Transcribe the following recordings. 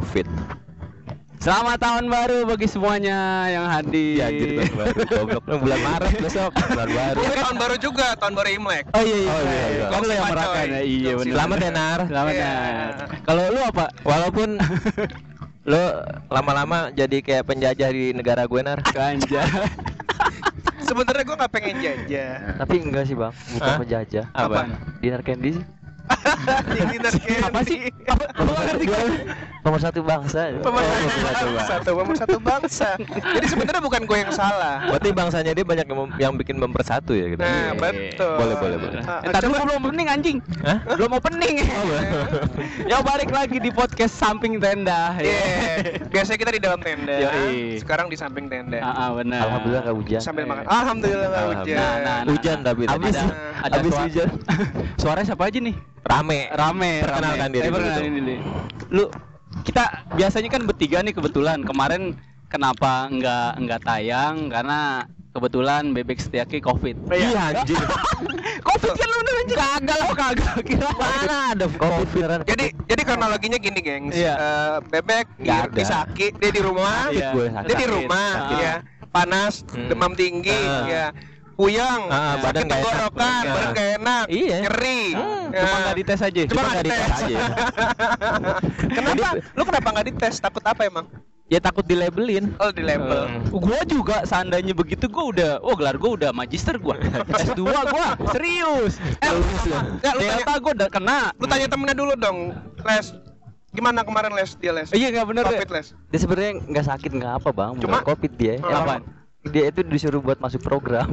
Covid. Selamat tahun baru bagi semuanya yang hadir. Ya anjir tahun baru. Goblok bulan Maret besok bulan baru. Ini tahun baru juga, tahun baru Imlek. Oh iya iya. Oh, iya. Kan lo yang merayakan ya. Iya benar. Selamat ya Nar. Selamat Iya. ya. Kalau lu apa? Walaupun lo lama-lama jadi kayak penjajah di negara gue Nar. Ganja. Sebenarnya gue nggak pengen jajah. Tapi enggak sih bang, bukan Hah? penjajah. Apaan? Dinner candy sih. Dinner candy. Apa sih? Apa? Lu nggak ngerti gue. Nomor satu bangsa. Satu bangsa. Jadi sebenarnya bukan gue yang salah. Berarti bangsanya dia banyak yang bikin mempersatu ya gitu. Nah, betul. Boleh. Entar dulu belum opening anjing. Hah? Belum opening. Ya balik lagi di podcast samping tenda. Iya. Biasanya kita di dalam tenda. Yoi. Sekarang di samping tenda. Benar. Alhamdulillah nggak hujan. Sambil makan. Alhamdulillah nggak hujan. Nah. Hujan tapi Habis ada habis suara- hujan. Suaranya siapa aja nih? Rame. Perkenalkan diri dulu Perkenalkan dong. diri. Lu kita biasanya kan bertiga nih kebetulan. Kemarin kenapa enggak tayang karena kebetulan Bebek Setiaki Covid. Iya anjir. Covid kan lu anjing. Kagak lo kagak. Kira Mana ada Covid. Jadi kronologinya gini, gengs. Iya. Bebek Nggak ada. disakit, dia di rumah. Iya. Dia di Sakit. rumah, ya. Panas, demam tinggi, ya. Puyeng, badan sakit nggak enak. tenggorokan, Iya. badan gak enak, Iya. nyeri. Cuma enggak dites aja. Cuma nggak dites aja. Kenapa? Lu kenapa nggak dites? Takut apa emang? Ya takut dilabelin. Oh, di label. Gua juga seandainya begitu gua udah gelar gua udah magister gua. S2 gua. Serius. Nggak, lu Delta gua udah kena. Lu tanya temennya dulu dong, Les. Gimana kemarin Les? Dia Les. Iya enggak bener deh. Covid Les. Dia sebenarnya nggak sakit nggak apa bang, bukan Cuma- covid dia. Apaan? Dia itu disuruh buat masuk program.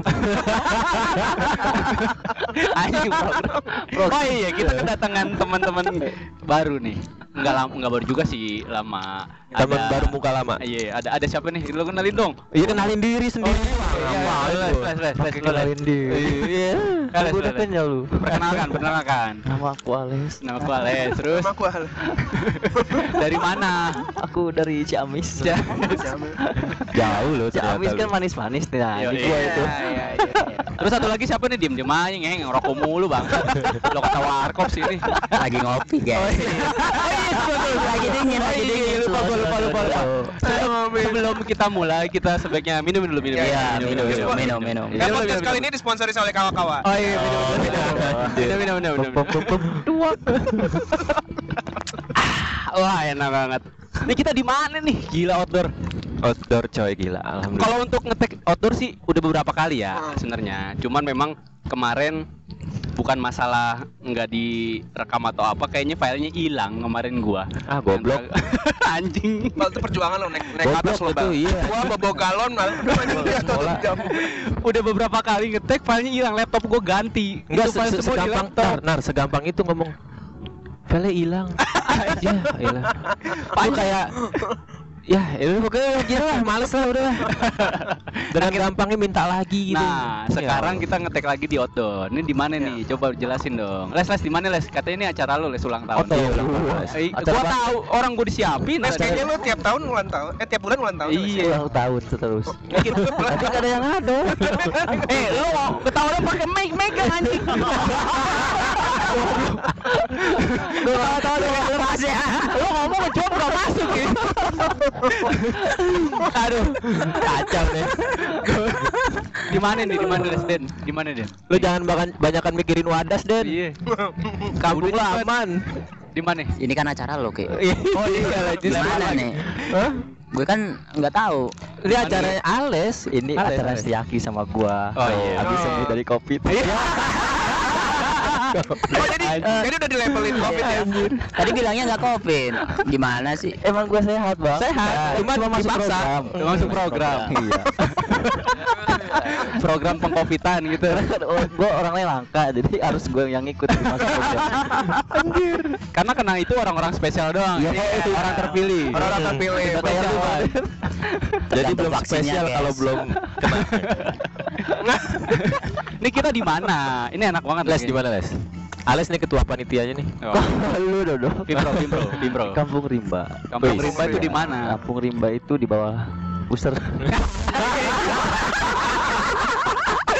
Anjing program. Oh iya, kita kedatangan teman-teman baru nih. Enggak baru juga sih, lama. Teman baru muka lama. Iya, ada siapa nih? Lu kenalin dong. Iya kenalin diri sendiri. Les. Kenalin diri. Iya. Les, Aku udah les. kenal lu. Perkenalkan. Nama aku Ales. Nama aku Ales. Terus Sama aku hal. dari mana? Aku dari Ciamis. Jauh loh. Ciamis kan manis-manis nih. Nah, Iya, di gua itu. iya. Terus satu lagi siapa nih? Diem aja ngerokok mulu bang. Lo kata warkop sih ini. Lagi ngopi guys. Lagi dingin. Lupa. Sebelum kita mulai, kita sebaiknya minum dulu. Iya, minum. Ya, podcast kali ini disponsori oleh kawan-kawan. Oh iya, minum. Wah, enak banget. Ini kita di mana nih? Gila outdoor. Outdoor coy gila. Alhamdulillah. Kalau untuk ngetek outdoor sih udah beberapa kali ya sebenarnya. Cuman memang kemarin bukan masalah nggak direkam atau apa, kayaknya filenya hilang kemarin gua. Ah, goblok. Anjing. Bal itu perjuangan lo naik atas lo, Goblok Bal. itu, iya. Gua bawa galon malah anjing di atas Bola. jam. Udah beberapa kali ngetek filenya hilang, laptop gua ganti. Enggak Itu file semua di segampang laptop. segampang itu ngomong. File hilang. Ya, hilang. Lu kayak ya, itu pokoknya gila lah, males lah udah. Dengan gampangnya minta lagi gitu. Nah, sekarang kita ngetek lagi di outdoor. Ini di mana nih? Coba jelasin dong. Les di mana Les? Katanya ini acara lu Les ulang tahun. Outdoor. Gua tahu orang gua disiapin. Les kayaknya lu tiap tahun ulang tahun, tiap bulan ulang tahun. Iya. Ulang tahun terus. Tapi Gak ada yang ada. Lu ketahuan pakai mic anjing. Gua tahu lepas ya. Lu ngomong coba enggak masuk gitu. Aduh, kacau deh. Di mana nih? Di mana Les Den? Di mana Den? Lu jangan banyakan mikirin wadas, Den. Iya. Kampung Udah lu cepet. aman. Di mana? Ini kan acara lo Ki. Oh iya, lanjut. Gimana nih? Hah? Gue kan nggak tahu. Ini acaranya Ales. Ini acara Setiaki sama gua. Oh, iya. Habis sembuh dari covid. Oh jadi udah dilabelin Covid ya. Tadi bilangnya nggak covid. Gimana sih? Emang gua sehat bang. Sehat, Cuma masuk dipaksa. program. Masuk program. Iya. Program pengkovitan gitu. Gue orangnya langka, jadi harus gue yang ikut masuk program. Anjir. Karena kena itu orang-orang spesial doang. Iya, Iya, orang terpilih. Orang terpilih. Spesial. Jadi Tergantung belum vaksinnya, spesial guys. kalau belum kena. Ini kita di mana? Ini enak banget. Les di mana, Les? Ales nih ketua panitianya nih. Oh. Lu Dodo. Pimpro. Kampung Rimba. Kampung Wih, Rimba itu di mana? Kampung Rimba itu di bawah Buser.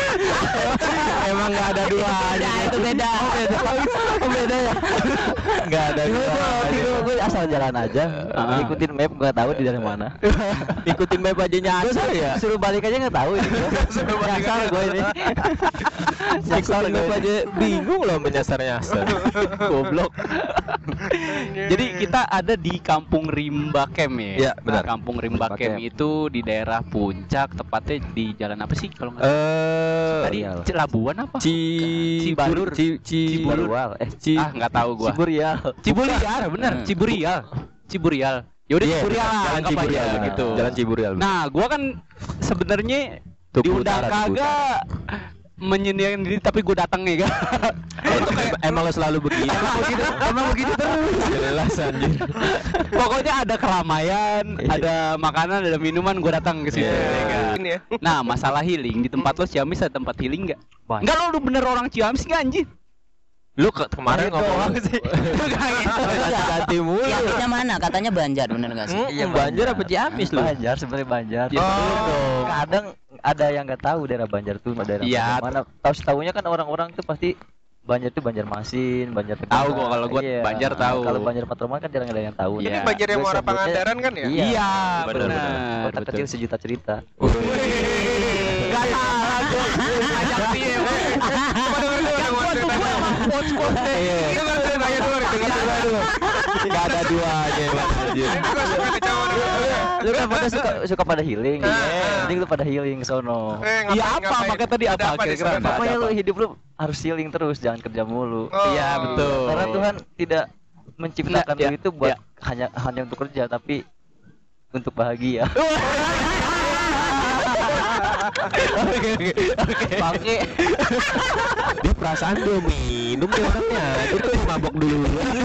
Emang nggak ada duanya. Itu beda. Oh beda ya. Nggak ada Itu gue asal jalan aja, ikutin map nggak tahu di dari mana. Ikutin map aja nyasar ya. Suruh balik aja nggak tahu ini. Nyasar gue ini. Ikutin map aja bingung loh menyasar-nyasar. Goblok. Jadi kita ada di Kampung Rimba Camp ya. Iya, benar. Kampung Rimba Rimba Camp Camp. itu di daerah Puncak, tepatnya di jalan apa sih kalau nggak tadi Labuan apa? Cibalur. Ciburual. Nggak tahu gua. Ciburial. Ciburial, bener. Ciburial. Yaudah Iya, Ciburial lah, Jalan anggap aja Ciburial begitu. Jalan Ciburial. Nah, gua kan sebenarnya Tugu diundang Utara, Tugu kagak menyediakan diri tapi gue datang ya kan. Emang lo selalu begitu. Emang begitu terus. Jelas anjir. Pokoknya ada keramaian, ada makanan, ada minuman, gue datang ke sini. Iya. ya kan? Ini ya. Nah, masalah healing di tempat lo Ciamis ada tempat healing nggak? Banyak. Enggak, lo bener orang Ciamis nggak anjir? Lu kemarin ngomong sih. ganti mulu. Ciamisnya mana? Katanya Banjar, bener nggak sih? Iya, Banjar apa Ciamis lu? Banjar sebenarnya Banjar. Ya, betul dong. Kadang ada yang nggak tahu daerah Banjar tuh daerah Iya. mana. Tahu-tahunya kan orang-orang tuh pasti Banjar tuh Banjarmasin, Banjar Tegal. Tahu gua, kalau gua Banjar tahu. Kalau Banjar Patroman kan jarang ada yang tahu. Iya. Ini Banjar yang Gua Muara sebutnya- Pangandaran kan ya? Iya, benar. benar. Kota kecil sejuta cerita. Gak salah gue. Ajak dia. Coba dengerin dulu yang Gua tuh gue emang quotes Iya. Dengar ceritanya dulu, dengar ceritanya dulu. Enggak ada duanya Mas anjir. Ini gua suka kecauan dulu. Lu kan pada suka pada healing. Mending lu pada healing sono. Iya apa? Makanya tadi Ada apa di kira-kira sana? apa? Pokoknya lu hidup lu harus healing terus, jangan kerja mulu. Oh. Iya, betul. Karena Tuhan tidak menciptakan Nah, lu ya, itu buat ya. hanya untuk kerja, tapi untuk bahagia. Bangke. Dia perasaan dia minum dia orangnya. Dia tuh mabok dulu.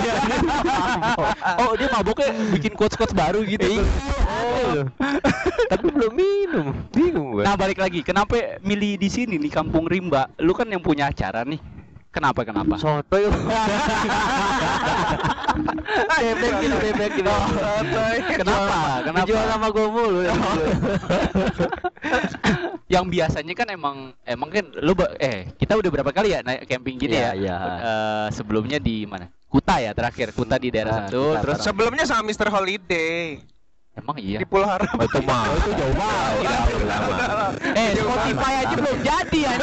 Oh, dia maboknya bikin quotes-quotes baru gitu. Oh. Tapi belum minum. Bingung gue. Nah, balik lagi. Kenapa milih di sini nih Kampung Rimba? Lu kan yang punya acara nih. Kenapa? Soto yuk. Bebek gitu. Kenapa? Jual sama gue mulu. Yang biasanya kan emang kan lu kita udah berapa kali ya naik camping gini Iya, ya? iya. Sebelumnya di mana? Kuta ya terakhir. Kuta di daerah Sentul. Kuta, Terus Sebelumnya sama Mr. Holiday emang iya. di Pulau Haram. Itu mah itu jauh banget. Lama. Spotify aja belum jadi ya.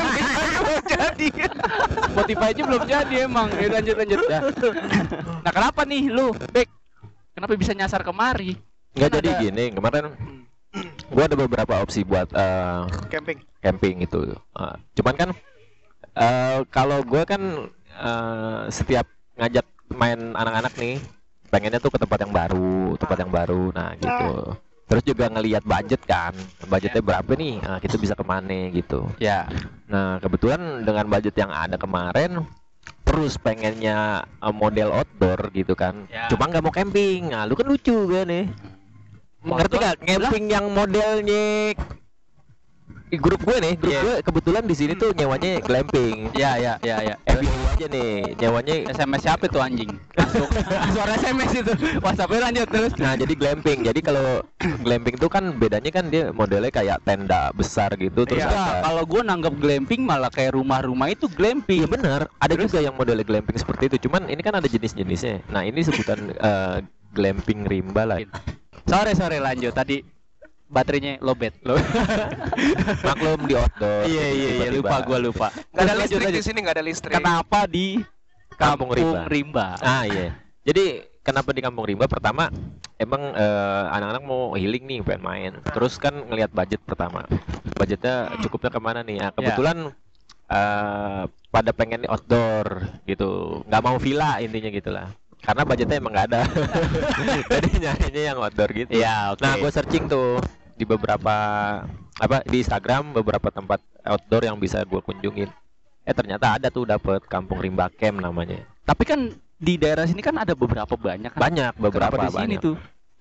Spotify aja belum jadi emang. Ya, lanjut. Dah. Nah, kenapa nih lu, Bek? Kenapa bisa nyasar kemari? Enggak Kan jadi ada- gini, kemarin gua ada beberapa opsi buat Camping. camping itu. Cuman kan kalau gua kan setiap ngajak main anak-anak nih pengennya tuh ke tempat yang baru, nah gitu. Terus juga ngelihat budget kan, budgetnya berapa nih, kita bisa kemana gitu. Ya. Nah kebetulan dengan budget yang ada kemarin, terus pengennya model outdoor gitu kan. Ya. Cuma nggak mau camping, nah lu kan lucu kan nih. Ngerti gak camping yang modelnya grup gue nih, gue kebetulan di sini tuh nyewanya glamping. Ya. Bingung aja nih, nyewanya. SMS siapa tuh anjing? Masuk. Suara SMS itu. WhatsApp-nya lanjut terus. Nah jadi glamping. Jadi kalau glamping tuh kan bedanya kan dia modelnya kayak tenda besar gitu. Terus ada. Kalau gua nanggap glamping malah kayak rumah-rumah itu glamping. Iya benar. Ada juga yang modelnya glamping seperti itu. Cuman ini kan ada jenis-jenisnya. Nah ini sebutan glamping rimba lah. Sorry lanjut. Tadi baterainya lowbat. Maklum di outdoor. Iya, Tiba-tiba. lupa. Gak ada Lanjut, listrik lanjut. di sini, gak ada listrik. Kenapa di Kampung Rimba? Rimba? Ah iya. Jadi kenapa di Kampung Rimba? Pertama emang anak-anak mau healing nih, pengen main. Terus kan ngelihat budget pertama. Budgetnya cukupnya kemana nih? Nah, kebetulan pada pengen outdoor gitu. Nggak mau villa intinya gitulah. Karena budgetnya emang nggak ada. Jadi nyarinya yang outdoor gitu. Iya, oke. Nah, gue searching tuh di beberapa di Instagram beberapa tempat outdoor yang bisa gue kunjungin. Ternyata ada tuh dapet Kampung Rimba Camp namanya. Tapi kan di daerah sini kan ada beberapa banyak kan. Banyak beberapa Kenapa di sini banyak. tuh?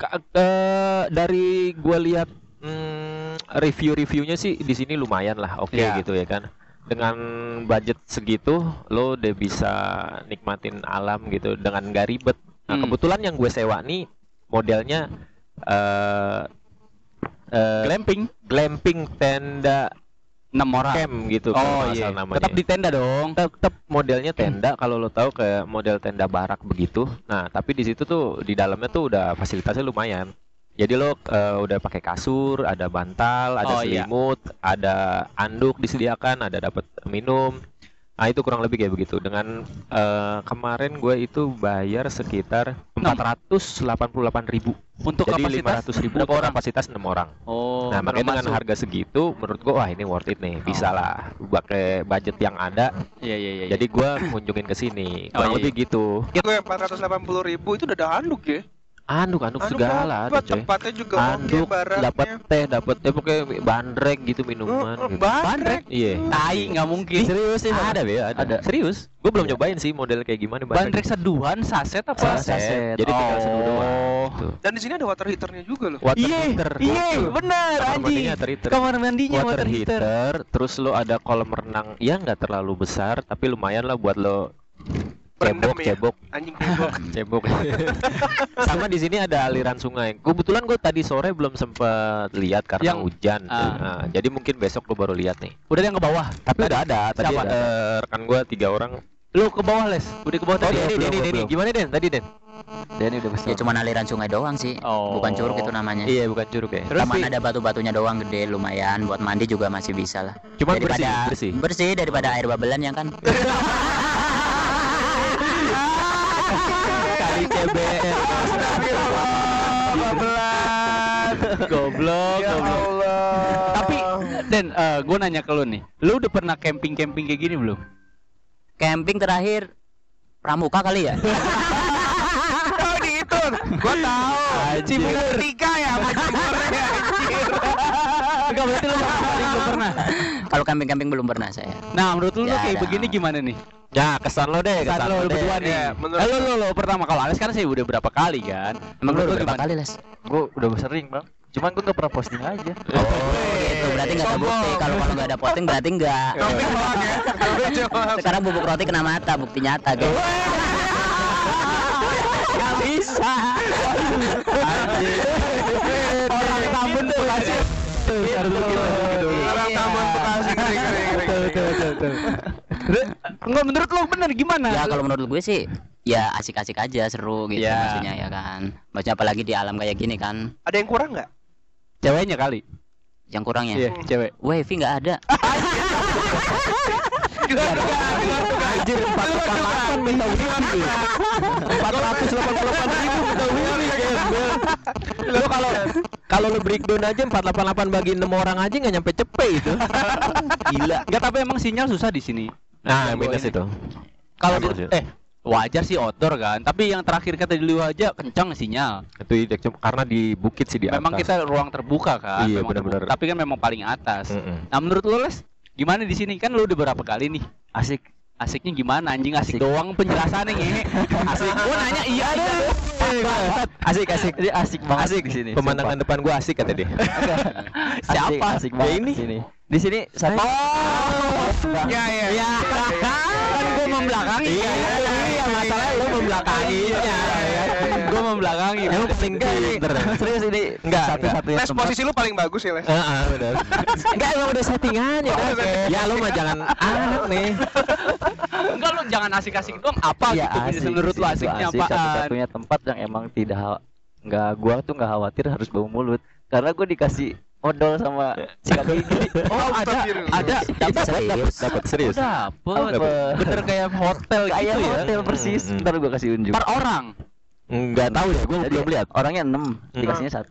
Dari gue lihat review-reviewnya sih di sini lumayan lah, oke Ya. gitu ya kan. Dengan budget segitu lo udah bisa nikmatin alam gitu dengan gak ribet. Nah kebetulan yang gue sewa nih modelnya Glamping. glamping tenda 6 orang. camp gitu Oh kalau nggak iya. salah namanya. Tetap di tenda dong. Tetap modelnya tenda kalau lo tahu kayak model tenda barak begitu. Nah, tapi di situ tuh di dalamnya tuh udah fasilitasnya lumayan. Jadi lo udah pakai kasur, ada bantal, ada Oh, iya. selimut, ada anduk disediakan, ada dapat minum. Nah, itu kurang lebih kayak begitu. Dengan kemarin gue itu bayar sekitar 488.000. Untuk Jadi kapasitas 500.000 berapa orang? kapasitas 6 orang. Oh, Nah, makanya dengan masuk. harga segitu menurut gua wah ini worth it nih. Bisa lah pakai budget yang ada. Iya iya iya. Jadi gua kunjungin ke sini. Oh, Kurang iya, lebih gitu. Gue 480.000 itu udah ada handuk ya. Anduk segala ada, dapat, coy. tempatnya juga oke, Anduk, barangnya. dapat teh, dapat pokoknya bandrek gitu minuman gitu. Bandrek. Iya. Tai nggak mungkin. Serius sih, ada be, ada. Serius. Gua belum nyobain sih model kayak gimana Bandrek seduhan, saset apa? Saset. Jadi tinggal seduh doang. Gitu. Dan di sini ada water heaternya juga loh. Water Iya, heater. iya, bener Kamar anjing. mandinya water heater. Kamar mandinya Water heater, terus lo ada kolam renang, ya nggak terlalu besar, tapi lumayan lah buat lo Berendam ya? cebok, Anjing cebok. cebok. Sama di sini ada aliran sungai. Kebetulan gue tadi sore belum sempet lihat karena Yang- hujan. ah. Nah, jadi mungkin besok gue baru lihat nih. Udah yang ke bawah. Tapi udah ada. Tadi Siapa? rekan gue 3 orang. Lu ke bawah, Les. Udah ke bawah Oh, tadi. Denny. Gimana Den? Tadi Den? Denny udah besar. Ya cuma aliran sungai doang sih. Oh. Bukan curug itu namanya. Iya, bukan curug ya. Terus Taman sih- ada batu-batunya doang gede lumayan buat mandi juga masih bisa lah. Cuman Daripada bersih. daripada air babelan yang kan. Kali CBR. Goblok, Ya goblok. Allah. Tapi Den, gue nanya ke lu nih. Lu udah pernah camping-camping kayak gini belum? Camping terakhir Pramuka kali ya? Oh di itu, gua tahu. Cibubur 3 ya, sama Cibubur ya. Enggak, berarti lu belum pernah. Kalau camping-camping belum pernah saya. Nah, menurut lu Ya, kayak ada. begini gimana nih? Ya, kesan lo deh, Saat lo deh. berdua nih. Iya, menurut- Lo pertama kalau Ales kan sih udah berapa kali kan? Emang Menurut lu lu berapa gimana? kali, Les? Gue udah sering bang. Cuman gue nggak pernah posting aja. Oh, gitu. Berarti nggak terbukti. Kalau nggak ada posting berarti nggak. Camping doang ya. Sekarang bubuk roti kena mata, bukti nyata, guys. Gak bisa. Orang Tambun tuh kasih. Orang Tambun Bekasi kering. Enggak, menurut lo bener gimana? Ya kalau menurut gue sih ya asik-asik aja, seru gitu Ya. maksudnya ya kan. Maksudnya apalagi di alam kayak gini kan. Ada yang kurang nggak? Ceweknya kali. Yang kurangnya. Iya, cewek. Wifi nggak ada. Anjir, 488 minta wifi. 488.000 minta wifi. Lo kalau lo breakdown aja 488 bagi 6 orang aja nggak nyampe cepet itu. Gila. Enggak, tapi emang sinyal susah di sini. Nah, minus ini. itu. Kalau Emang di, sih. wajar sih outdoor kan, tapi yang terakhir kata di luar aja kencang sinyal. Itu karena di bukit sih di atas. Memang kita ruang terbuka kan, Iya, memang benar-benar. terbuka. Tapi kan memang paling atas. Mm-mm. Nah, menurut lo, Les, gimana di sini? Kan lo udah berapa kali nih? Asik. Asiknya gimana anjing? Asik Asik. doang penjelasannya ngehe. Asik. Gua nanya iya deh. Asik. Jadi asik banget Asik di sini. Pemandangan depan gua asik kata dia. Siapa? Asik banget ini? di sini. Di sini satu. Ya ya. Ya, kan gua membelakangi. Iya, masalahnya lo membelakanginya. Gua membelakangi. Emang penting pinter. Serius ini Enggak. satu-satunya Les, posisi lu paling bagus ya, Les. Benar. Enggak, emang udah settingannya kan. Ya lo mah jangan aneh nih. Enggak, lo jangan asik-asik doang. Apa Iya, gitu? asik. Menurut lo Di situ asiknya asik, apaan? satu-satunya tempat yang emang nggak gua tuh nggak khawatir harus bau mulut karena gua dikasih odol sama si kaki ini. Oh, ada. Dapat serius. Dapet. Bener kayak hotel Kayak gitu ya. hotel persis. Mm-mm. Ntar gua kasih unjuk. Per orang. Enggak tahu ya, gua Jadi, belum lihat. Orangnya 6, dikasihnya 1.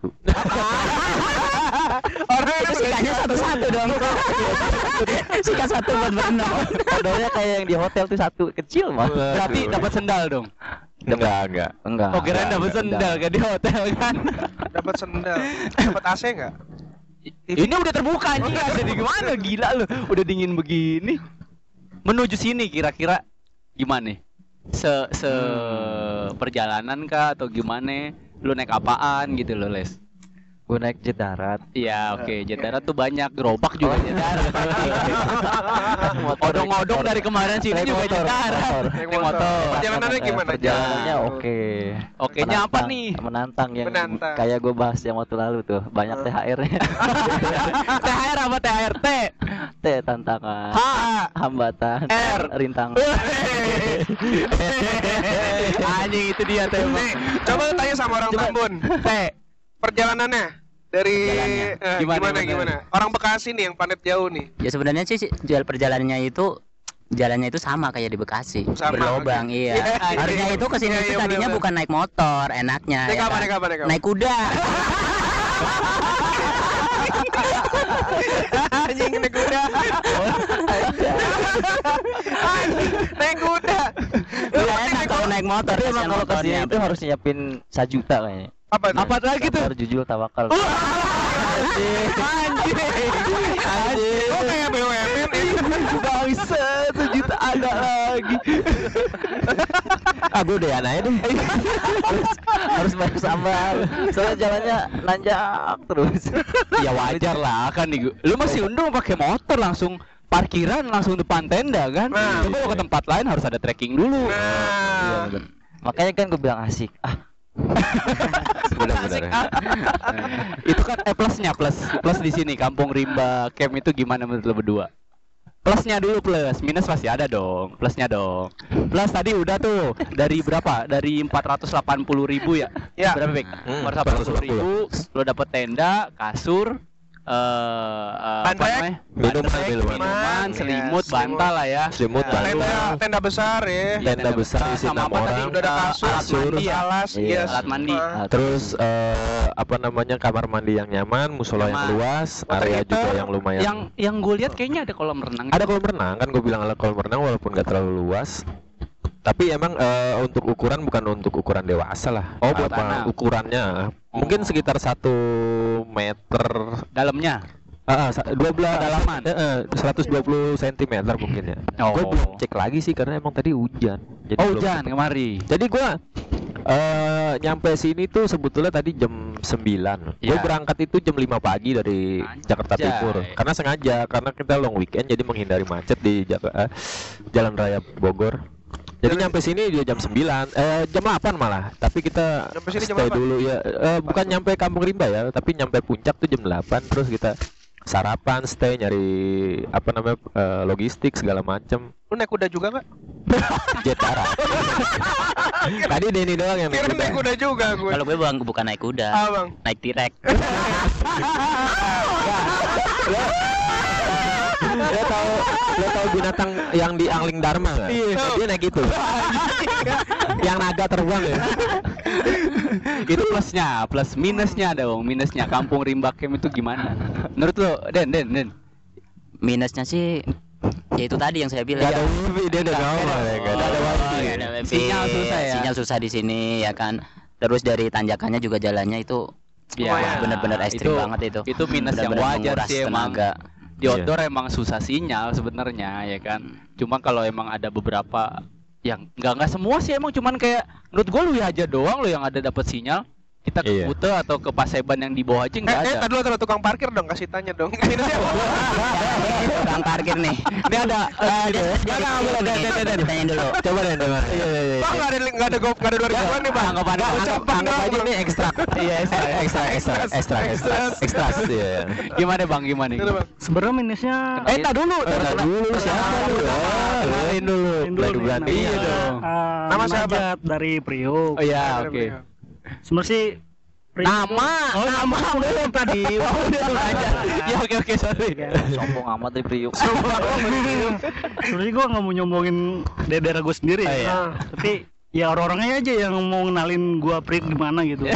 Orang itu Sikatnya satu-satu dong. Sikat satu buat berenang. Odolnya kayak yang di hotel tuh 1 kecil mah. Berarti dapat sendal dong. Enggak. Enggak. Oh, kirain dapat sendal kayak di hotel kan. dapat sendal. Dapat AC enggak? Ini udah terbuka anjing, jadi gimana? Gila lu, udah dingin begini. Menuju sini kira-kira gimana? Se perjalanan kah atau gimana? Lu naik apaan gitu lo, Les? Gue naik jet darat. Iya, oke. Jet darat tuh banyak, gerobak juga jet darat. Motor, Odong-odong dari kemarin sini naik juga motor, jet darat. motor. Naik motor. Perjalanannya gimana? Perjalanannya oke. Okenya apa nih? Menantang yang Menantang. kayak gue bahas yang waktu lalu tuh. Banyak THR-nya. THR apa THR? T. T tantangan. H. Hambatan. R. Rintangan. Anjing itu dia tema. Nih, coba tanya sama orang Tambun. T. Perjalanannya dari Gimana? gimana? Orang Bekasi nih yang planet jauh nih. Ya sebenarnya sih perjalanannya itu jalannya itu sama kayak di Bekasi, Sama, berlobang. oke. Iya. Iya, Harusnya iya, itu kesini iya, itu iya, tadinya bener-bener. bukan naik motor, enaknya. Naik ya apa, kan? naik apa, naik apa? Naik kuda. Anjing naik kuda. Naik kuda. Iya enak kalau naik motor. Tapi emang kasihan kalau kesini motornya. itu harus nyiapin 1 juta kayaknya. Apa tuh? Apa lagi tuh? Motor jujul tawakal. Anjing. Kok kayak BUMN ini? Gak bisa 1 juta ada lagi. Gue udah aja deh. Harus bayar sambal. Soalnya jalannya nanjak terus. Ya wajar lah kan nih. Lu masih untung pakai motor langsung parkiran langsung depan tenda kan. Nah. Coba kalau ke tempat lain harus ada trekking dulu. Nah, Makanya kan gue bilang asik. Benar-benar. Itu kan plusnya plus di sini Kampung Rimba Camp itu gimana menurut lo berdua? Plusnya dulu plus, minus pasti ada dong. Plusnya dong. Plus tadi udah tuh dari berapa? Dari 480.000 ya? Ya. Berapa Bek? 480.000 lo dapet tenda, kasur, Bandrek, minuman, selimut, Yes, bantal lah ya. Selimut, tenda besar ya. Tenda besar isi Sama 6 apa tadi? orang. Udah ada kasur, alas, Iya. yes. Alat mandi. Terus kamar mandi yang nyaman, musola yang Nyaman. luas, Water area heater. juga yang lumayan. Yang gue lihat kayaknya ada kolam renang. Ada kolam renang kan, gue bilang ada kolam renang walaupun nggak terlalu luas. Tapi emang untuk ukuran bukan untuk ukuran dewasa lah. Oh, buat anak. Ukurannya mungkin sekitar 1 meter. Dalamnya. 12 Kedalaman. 120 cm mungkin ya. Oh. Gue belum cek lagi sih karena emang tadi hujan. Jadi Oh belum hujan sempet. kemari. Jadi gue nyampe sini tuh sebetulnya tadi jam 9. Gue Iya. berangkat itu jam 5 pagi dari Jakarta Anjay. Timur. Karena sengaja, karena kita long weekend jadi menghindari macet di Jalan Raya Bogor. Jadi nyampe sini dia jam 9, jam 8 malah. Tapi kita Nyampe sini jam stay 8? dulu ya. Bukan nyampe Kampung Rimba ya, tapi nyampe puncak tuh jam 8. Terus kita sarapan, stay, nyari logistik segala macem. Lu naik kuda juga nggak? Jet darat. Tadi Denny doang yang Kira naik kuda juga gue. Kalau gue bukan naik kuda, Ah, Bang. naik tirek. Lo tau binatang yang di Angling Dharma nggak? Dia naik itu. Yang naga terbang ya. Itu plusnya, plus minusnya dong. Minusnya Kampung Rimba Camp itu gimana? Menurut lo, Den. Minusnya sih ya itu tadi yang saya bilang. Gak ada wifi, dia udah ngomong ya. Gak ada wifi. Nggak ada wifi. Sinyal susah ya? Sinyal susah di sini ya kan. Terus dari tanjakannya juga jalannya itu Ya, wah, bener-bener ekstrim banget itu. Itu minus yang Bener-bener wajar menguras sih emang. tenaga. Di outdoor emang susah sinyal sebenarnya ya kan. Cuma kalau emang ada beberapa yang nggak semua sih emang cuman kayak menurut gue lu aja doang lo yang ada dapat sinyal. Kita ke Iya. Kute atau ke Paseban yang di bawah aja nggak ada. Tadi dulu tukang parkir dong, kasih tanya dong. Minusnya apa? Tukang parkir nih. Ini ada Ditanyain dulu. Coba deh, coba. Bang nggak ada 2000-an nih bang. Anggap Anggap aja ini ekstrak. Iya, ekstrak. Iya. Gimana bang? Gimana, Bang? Sebenarnya minusnya Tak dulu. Dulu siapa lu? Kenalin dulu. Berani. Iya dong. Nama siapa? Najat dari Priuk. Oh iya, oke. Sebenarnya sih Priuk Nama. itu- Oh nama udah tadi. Ya oke sorry. Sombong amat dari Priuk. Sebenarnya gue nggak mau nyombongin daerah gue sendiri. iya. Tapi ya orang-orangnya aja yang mau ngenalin gue Priuk gimana gitu.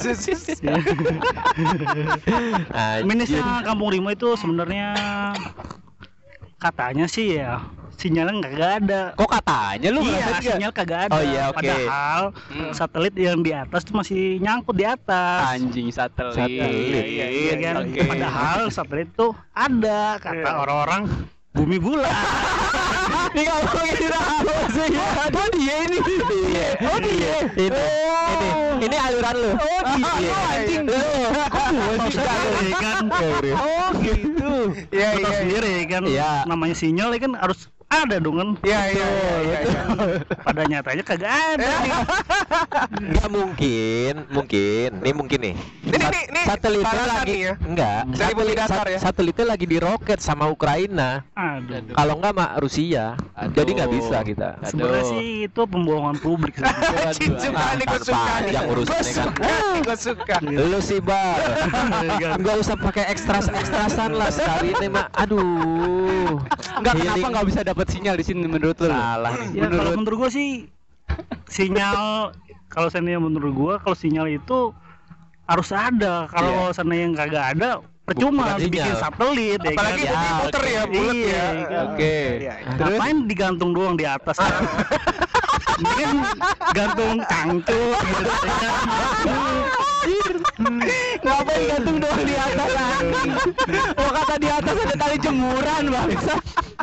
Minusnya Kampung Rimba itu sebenarnya katanya sih ya sinyalnya nggak ada. Kok katanya lu Iya, ngerasa juga? sinyal kagak ada. Oh iya, oke. Padahal satelit yang di atas tuh masih nyangkut di atas. Anjing satelit. Iya kan? Oke. Padahal satelit tuh ada kata orang-orang bumi bulat. Ngomongin apa sih? Oh dia ini. Oh dia. Ini aliran lu. Oh dia. Anjing lu. kan. Oh gitu. Iya Lu tahu sendiri kan. Iya. Namanya sinyal kan harus ada dong kan. Iya. Pada nyatanya kagak ada. Enggak mungkin. Ini mungkin nih. Ini Satelitnya balasan lagi nih ya. enggak. Dari bumi datar ya. Satelitnya lagi diroket sama Ukraina. Ada. Kalau enggak mah Rusia. Jadi nggak bisa kita. Sebenarnya sih itu pembohongan publik. Anjing, suka nih, gue suka nih. Panjang urusannya kan. Gue suka. Lu sih Bar. Enggak usah pakai ekstrasan lah sekali ini mah. Aduh. Enggak, kenapa nggak bisa dapat sinyal di sini menurut lu? Salah nih. Ya kalau menurut gua sih sinyal, kalau seandainya menurut gua kalau sinyal itu harus ada. Kalau seandainya yang kagak ada percuma Bukan dibikin sinyal. satelit ya Apalagi kan? bumi muter ya, bulat Iya, ya. kan. Oke. Iya. Ngapain digantung doang di atas kan? Mungkin gantung cangcu gitu ya kan? Ngapain gantung doang di atas anjing? Oh kata di atas ada tali jemuran bangsa.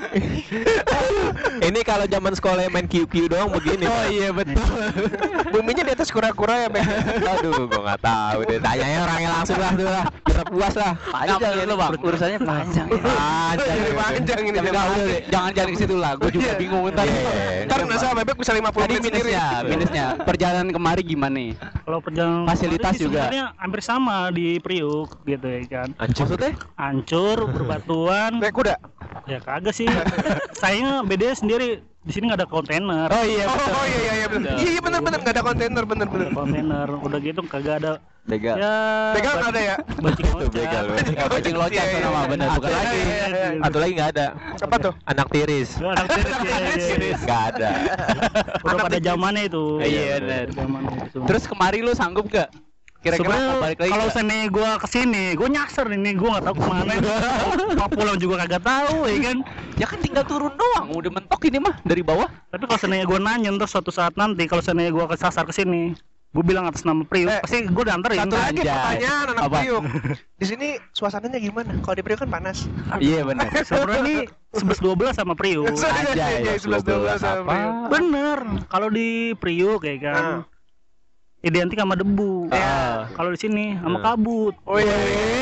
Ini kalau zaman sekolah main QQ doang begini. Oh iya betul. Buminya di atas kura-kura ya, Ben. Aduh, gua nggak tahu deh. Tanyanya orangnya langsung lah tuh lah. Kita puas lah. Panjang ya lu bang, urusannya panjang. Panjang. Ini panjang ini. Tapi nggak udah deh, jangan jadi ke situ lah. Gue juga bingung ntar. Ntar nasa bebek bisa 50 Tadi menit sendiri. minusnya. Perjalanan kemari gimana nih? Kalau perjalanan Fasilitas kemarin sih juga. sebenarnya hampir sama di Priuk gitu ya kan. Maksudnya? Hancur, berbatuan. Naik kuda. Ya kagak sih. Sayangnya bedanya sendiri di sini nggak ada kontainer. Oh iya Oh betul. iya benar. Iya benar nggak ada kontainer benar. Nggak ada kontainer. Udah gitu kagak ada. Begal. Ya. Begal nggak ada ya. Bajing begal, loncat. Bajing loncat Iya, sama iya. benar bukan Iya, lagi. iya, iya. Satu lagi nggak ada. Apa tuh? Anak tiris. Anak tiris. Nggak ada. Udah pada zamannya itu. Iya, benar. Zamannya itu. Terus kemari lu sanggup gak? Kira-kira Sebenarnya mau balik lagi kalau nggak? seandainya gue kesini, gue nyasar ini, gue nggak tahu kemana. Mau pulang juga kagak tahu, ya kan. Ya kan tinggal turun doang, udah mentok ini mah dari bawah. Tapi kalau seandainya gue nanya, ntar suatu saat nanti, kalau seandainya gue kesasar kesini, gue bilang atas nama Priuk, pasti gue dianterin. Satu lagi Anjay. pertanyaan anak Apa? Priuk. Di sini suasananya gimana? Kalau di Priuk kan panas. Iya benar. Sebenarnya ini 11-12 sama Priuk. Anjay, 11-12 sama Priuk. Bener, kalau di Priuk ya kan, identik sama debu. Iya. Kalau di sini sama kabut. Oh iya.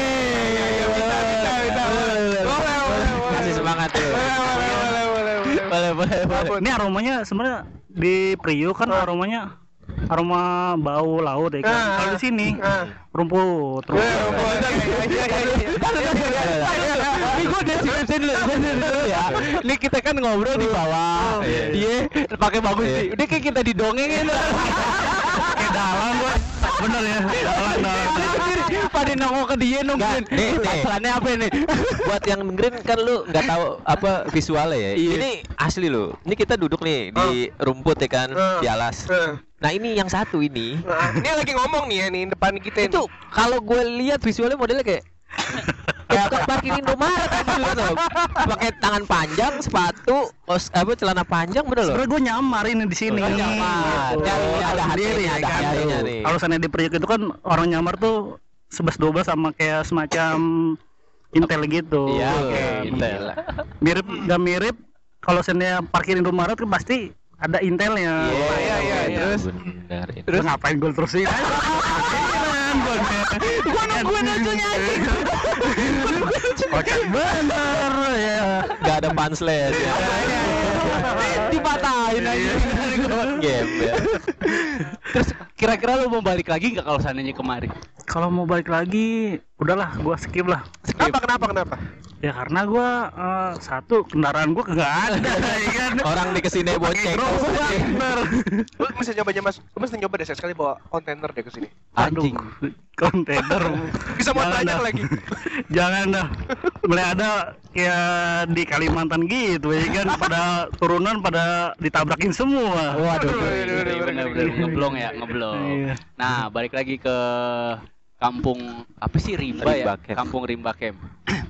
Bisa. Kasih semangat tuh. Boleh. Ini aromanya sebenarnya di Priuk kan aromanya aroma bau laut ya kan. Kalau di sini rumput. Ini gue deskripsiin dulu ya. Ini kita kan ngobrol di bawah. Iya, pakai bagus sih. Udah kayak kita didongengin. Kayak dalam gua. Bener ya. Dalam. Pada nongol ke dia nungguin. Nih. Masalahnya apa ini? Buat yang dengerin kan lu nggak tahu apa visualnya ya. Iya. Ini asli lu. Ini kita duduk nih di rumput ya kan, di alas. Nah ini yang satu ini. Nah, ini lagi ngomong nih ya nih depan kita Itu kalau gue lihat visualnya modelnya kayak tukang parkir Indomaret gitu loh. Pakai tangan panjang, sepatu, celana panjang bener loh. Sebenarnya gue nyamar ini di sini. Nyamar. Gitu. Ada Sendiri hatinya, ya ada kan. hatinya nih. Kalau sana di Priuk itu kan orang nyamar tuh 11-12 sama kayak semacam Intel gitu. Iya, Ya oke. kan. Intel. Mirip nggak mirip? Kalau sana parkir Indomaret kan pasti ada Intelnya. Iya. Terus benar ini. Terus ngapain gue terusin? Gue nungguin lucunya aja. Kocak bener ya. Gak ada punchline ya. Dipatahin aja. Game ya. Terus kira-kira lu mau balik lagi nggak kalau seandainya kemari? Kalau mau balik lagi, udahlah, gue skip lah. Kenapa? Ya karena gue satu kendaraan gue nggak ada, ya kan. Orang di kesini boceng. Lu mesti nyoba deh sekali bawa kontainer deh ke sini. Anjing. Aduh, kontainer. Bisa muat Jangan banyak dah. lagi. Jangan dah. Mulai ada kayak di Kalimantan gitu, ya kan. Pada turunan pada ditabrakin semua. Waduh, Aduh, bener-bener ngeblong ya, ngeblong. Iya. Nah, balik lagi ke kampung apa sih Rimba ya? Rimba Camp. Kampung Rimba Camp.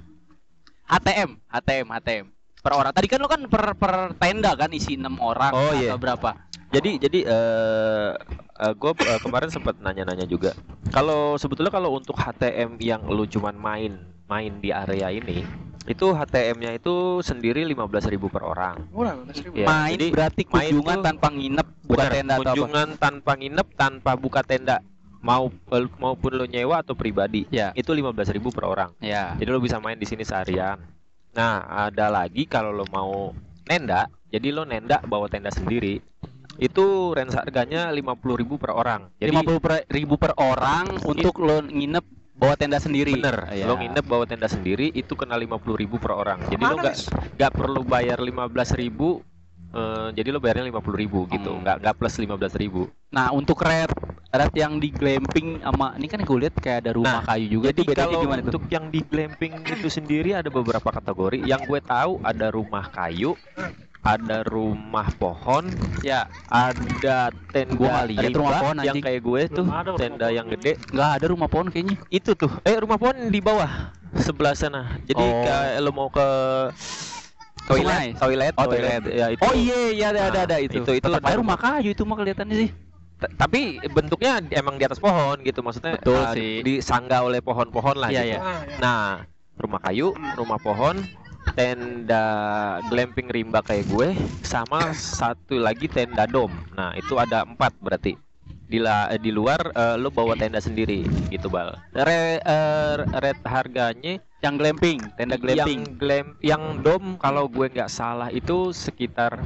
HTM. Per orang. Tadi kan lo kan per tenda kan isi 6 orang Oh, atau iya. berapa? Jadi gue kemarin sempat nanya-nanya juga. Kalau sebetulnya kalau untuk HTM yang lu cuman main di area ini, Itu HTM-nya itu sendiri 15.000 per orang. Murah 15.000. Iya, Main jadi berarti main kunjungan tuh- tanpa nginep, buka Benar, tenda atau apa? kunjungan tanpa nginep, tanpa buka tenda. Maupun lo nyewa atau pribadi. Ya. Itu 15.000 per orang. Ya. Jadi lo bisa main di sini seharian. Nah, ada lagi kalau lo mau nenda, jadi lo nenda bawa tenda sendiri. Itu range harganya 50.000 per orang. Jadi 50.000 per orang untuk lo nginep bawa tenda sendiri. bener, Ya. lo nginep bawa tenda sendiri itu kena 50.000 per orang. Jadi lo Mana, nggak perlu bayar 15.000. Jadi lo bayarnya 50.000 gitu, nggak plus 15.000. Nah, untuk rate yang di glamping sama ini kan gue lihat kayak ada rumah Nah, kayu juga. Jadi Itu bedanya kalau gimana tuh? untuk yang di glamping itu sendiri ada beberapa kategori. Yang gue tahu ada rumah kayu, ada rumah pohon, Ya, ada tenda Gua nggak lihat rimba rumah pohon, yang anjing. kayak gue tuh, Belum ada rumah tenda pohon yang juga. gede. nggak ada rumah pohon kayaknya. Itu tuh, rumah pohon di bawah sebelah sana. Jadi Oh. kayak lo mau ke Sungai. toilet, Oh, toilet. ya itu. Oh iya, ada Nah, itu. itu Tetap ada aja rumah kayu itu mah kelihatannya sih. Tapi bentuknya emang di atas pohon gitu, maksudnya Betul sih. disangga oleh pohon-pohon lah Iya, gitu. iya. Nah, rumah kayu, rumah pohon, tenda glamping rimba kayak gue, sama satu lagi tenda dom. Nah, itu ada 4 berarti. Di luar lo bawa tenda sendiri gitu, Bal. Rate harganya Yang glamping, tenda glamping. yang dom kalau gue nggak salah itu sekitar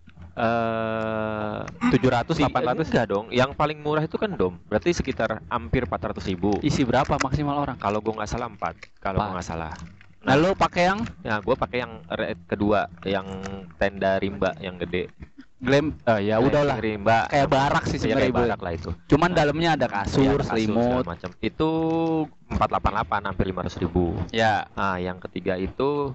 700, 800. enggak dong. Yang paling murah itu kan dom. Berarti sekitar hampir 400.000. Isi berapa maksimal orang? Kalau gue nggak salah 4. Kalau gue 4. nggak salah. Nah, lo pakai yang Ya, gue pakai yang rate kedua, yang tenda rimba yang gede. ya udahlah. Rimba. Kayak barak sih Ya, sebenarnya, kayak barak lah itu. Cuman dalamnya ada kasur, Ya, kasur, selimut. segala macam. Itu 488 hampir 500.000. Ya, Nah, yang ketiga itu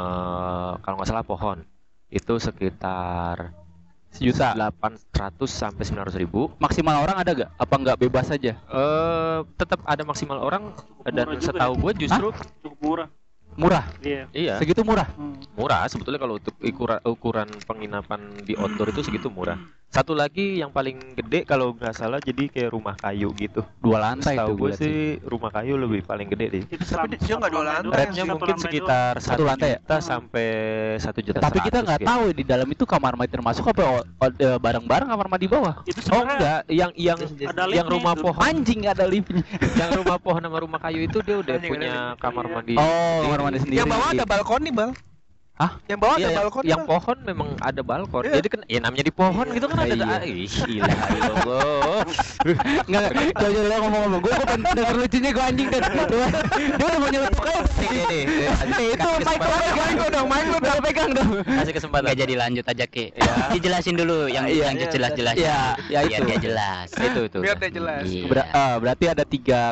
kalau nggak salah pohon. Itu sekitar sejuta. 800 sampai 900.000. Maksimal orang ada gak? Apa nggak bebas aja? Tetap ada maksimal orang dan Murah juga setahu gue justru Cukup murah. Murah. Iya. iya Segitu murah. murah sebetulnya kalau untuk ukuran penginapan di outdoor itu segitu murah. Satu lagi yang paling gede kalau nggak salah jadi kayak rumah kayu gitu. 2 lantai Setahu itu gue gue sih rumah kayu lebih paling gede deh. Itu Tapi dia nggak dua lantai. Rate-nya mungkin sekitar Satu 1 lantai ya? juta sampai 1 juta. Tapi kita 100 nggak gitu. tahu di dalam itu kamar mandi termasuk apa bareng-bareng kamar mandi bawah. Itu Oh sebenarnya enggak, yang ada yang liftnya rumah itu. pohon, Anjing nggak ada liftnya. yang rumah pohon sama rumah kayu itu dia udah Anjing, punya ada kamar lift. mandi. Oh, kamar mandi sendiri. Yang bawah ada balkon nih, Bal. Hah? Yang bawah Iya, ada yang, balkon. yang Bal. pohon memang ada balkon. Iya. Jadi kan ya namanya di pohon gitu kan ada. Iya. Ih, gila kali lo gua. Nggak, kalau lo ngomong-ngomong, gue pengen denger lucunya gue anjing kan. Dia udah mau nyeletuk aja. Nih, Itu mic lo pegang, mic lo udah pegang dong. kasih kesempatan. Nggak jadi lanjut aja Ki. Ya. Dijelasin dulu yang Iya, jelas-jelas. iya, ya Biar itu. dia jelas. Itu. Biar dia jelas. Iya. Berarti ada 3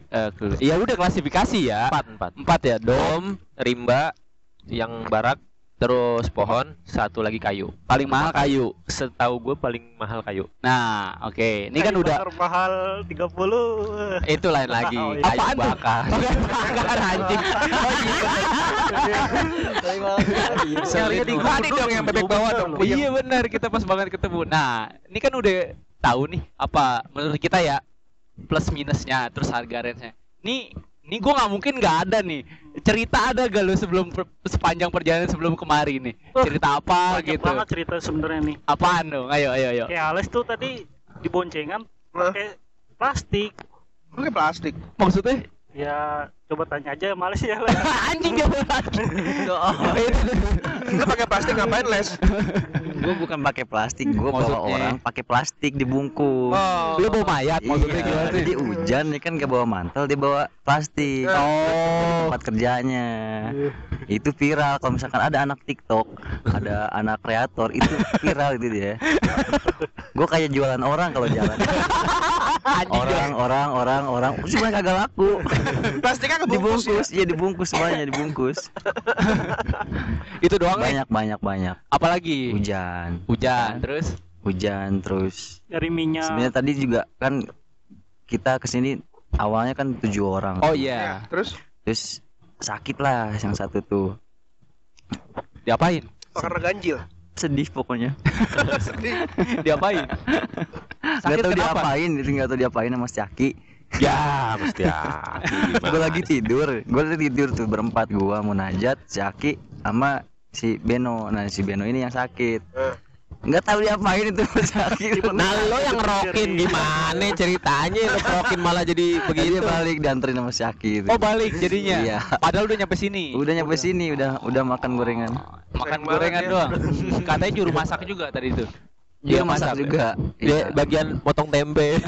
ya udah klasifikasi ya. 4. 4 ya, Dom, dom. rimba, yang barak, terus pohon, satu lagi kayu. Paling mahal kayu. Setahu gue paling mahal kayu. Nah, oke. Ini kan Kayu udah bakar mahal 30. Itu lain lagi. Oh, iya. Kayu Apaan tuh? bakar. bakar anjing. Oh gitu. Nyarinya di tadi dong yang bebek bawah dong. Iya benar, kita pas banget ketemu. Nah, ini kan udah tahu nih apa menurut kita ya plus minusnya, terus harga range-nya. Nih gue nggak mungkin nggak ada nih. Cerita ada gak lu sepanjang perjalanan sebelum kemari nih? Cerita apa Banyak gitu? banget cerita sebenarnya nih. Apaan dong? Ayo. Kayak Alex tuh tadi di boncengan pakai plastik. Pakai plastik. Maksudnya? Ya coba tanya aja sama Alex ya. Anjing dia Lu pakai plastik ngapain, Les? Gue bukan pakai plastik, gue bawa Maksudnya? orang pakai plastik dibungkus. Oh. Lu bawa mayat maksudnya Iya, gimana sih? jadi hujan dia kan gak bawa mantel, dia bawa plastik. Oh. Tempat kerjanya itu viral. Kalau misalkan ada anak TikTok, ada anak kreator, itu viral itu dia. Gue kayak jualan orang kalau jalan. orang, cuma kagak laku. Plastiknya kebungkus ya? Dibungkus, iya dibungkus semuanya, dibungkus. Itu doang nih. Banyak. Apalagi? Hujan, terus Hujan terus. Dari minyak. Sebenarnya tadi juga kan kita kesini awalnya kan 7 orang. oh iya. Terus Terus sakit lah yang satu tuh. Diapain? oh, karena ganjil. Sedih pokoknya. Sedih. Diapain? Nggak Sakit tahu kenapa? diapain, itu nggak tahu diapain sama si Aki. Ya, mesti Aki. Gue lagi tidur tuh berempat, gua, Munajat, si Aki sama si Beno. Nah si Beno ini yang sakit, nggak tahu diapain itu sakit. Nah, lo yang ngerokin gimana ceritanya? Lo ngerokin malah jadi Dia begitu. balik dianterin sama si Aki itu. Oh balik jadinya. Iya. Padahal udah nyampe sini. Udah nyampe sini, udah makan gorengan. Makan gorengan doang. Katanya juru masak juga tadi itu. Dia masak juga. Dia bagian potong tempe.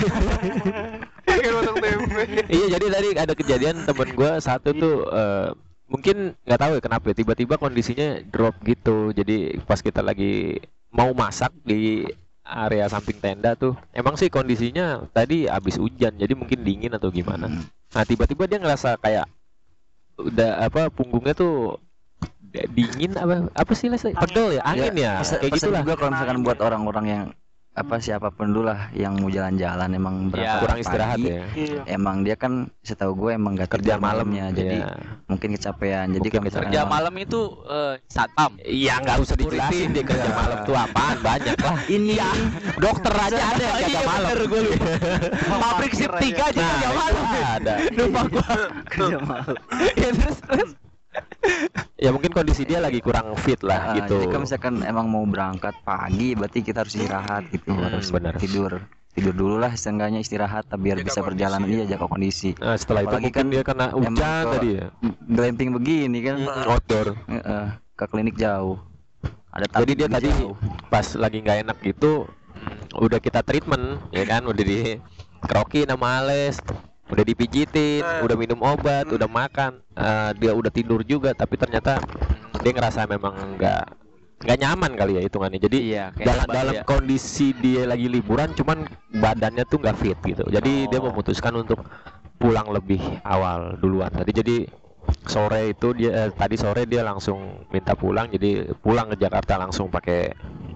Iya, jadi tadi ada kejadian temen gue satu tuh mungkin nggak tahu ya kenapa ya, tiba-tiba kondisinya drop gitu. Jadi pas kita lagi mau masak di area samping tenda tuh, emang sih kondisinya tadi habis hujan, jadi mungkin dingin atau gimana. Nah tiba-tiba dia ngerasa kayak udah punggungnya tuh dingin apa sih Les? Pedol ya, angin ya, kayak pesan gitulah. juga kalau misalkan buat orang-orang yang siapapun dulu lah yang mau jalan-jalan emang berangkat Kurang istirahat pagi, ya. emang dia kan setahu gue emang gak Kerja tidur malamnya, jadi iya. mungkin kecapean. Jadi Mungkin kalau misalkan Kerja emang- malam itu satam. Iya, nggak usah dijelasin dia kerja malam tuh apaan, banyak lah. ini Dokter aja ada yang kerja malam. Pabrik sip 3 aja Nah, kerja malam. ada. Lupa gua. kerja malam. Ya terus. Ya mungkin kondisi dia lagi kurang fit lah gitu. Jadi kalau misalkan emang mau berangkat pagi, berarti kita harus istirahat gitu, harus benar. tidur dulu lah, seenggaknya istirahat biar bisa perjalanan, iya jaga kondisi. Nah, setelah itu Apalagi mungkin kan dia kena emang hujan kalau tadi ya. glamping begini kan, Outdoor. ke klinik jauh. Ada Jadi dia tabung tadi jauh. pas lagi nggak enak gitu, udah kita treatment ya kan, udah di kerokin sama Ales, udah dipijitin, udah minum obat, udah makan, dia udah tidur juga, tapi ternyata dia ngerasa memang nggak nyaman kali ya hitungannya. Jadi Iya, kayak dalam obat dalam ya. kondisi dia lagi liburan, cuman badannya tuh nggak fit gitu. Jadi dia memutuskan untuk pulang lebih awal duluan tadi. Jadi sore itu tadi sore dia langsung minta pulang, jadi pulang ke Jakarta langsung pakai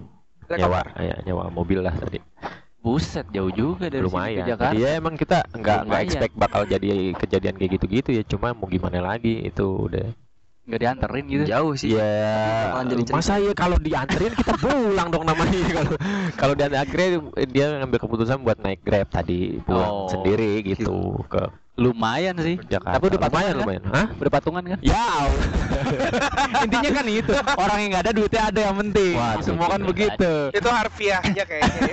nyewa mobil lah tadi. Buset, jauh juga dari sini ke Lumayan. Jakarta. Jadi ya emang kita nggak Lumayan. expect bakal jadi kejadian kayak gitu-gitu ya. Cuma mau gimana lagi, itu udah. Nggak dianterin gitu. Jauh sih. Ya, bakalan jadi cerita. masa ya kalau dianterin kita pulang dong namanya. Kalau dia akhirnya dia ngambil keputusan buat naik Grab tadi pulang sendiri gitu ke Lumayan sih. Jakarta. Tapi udah patungan kan? lumayan. Hah? Udah patungan kan? Ya, Intinya kan itu. Orang yang nggak ada duitnya ada yang penting. Waduh, Semua kan bener. begitu. Itu harfiahnya kayaknya.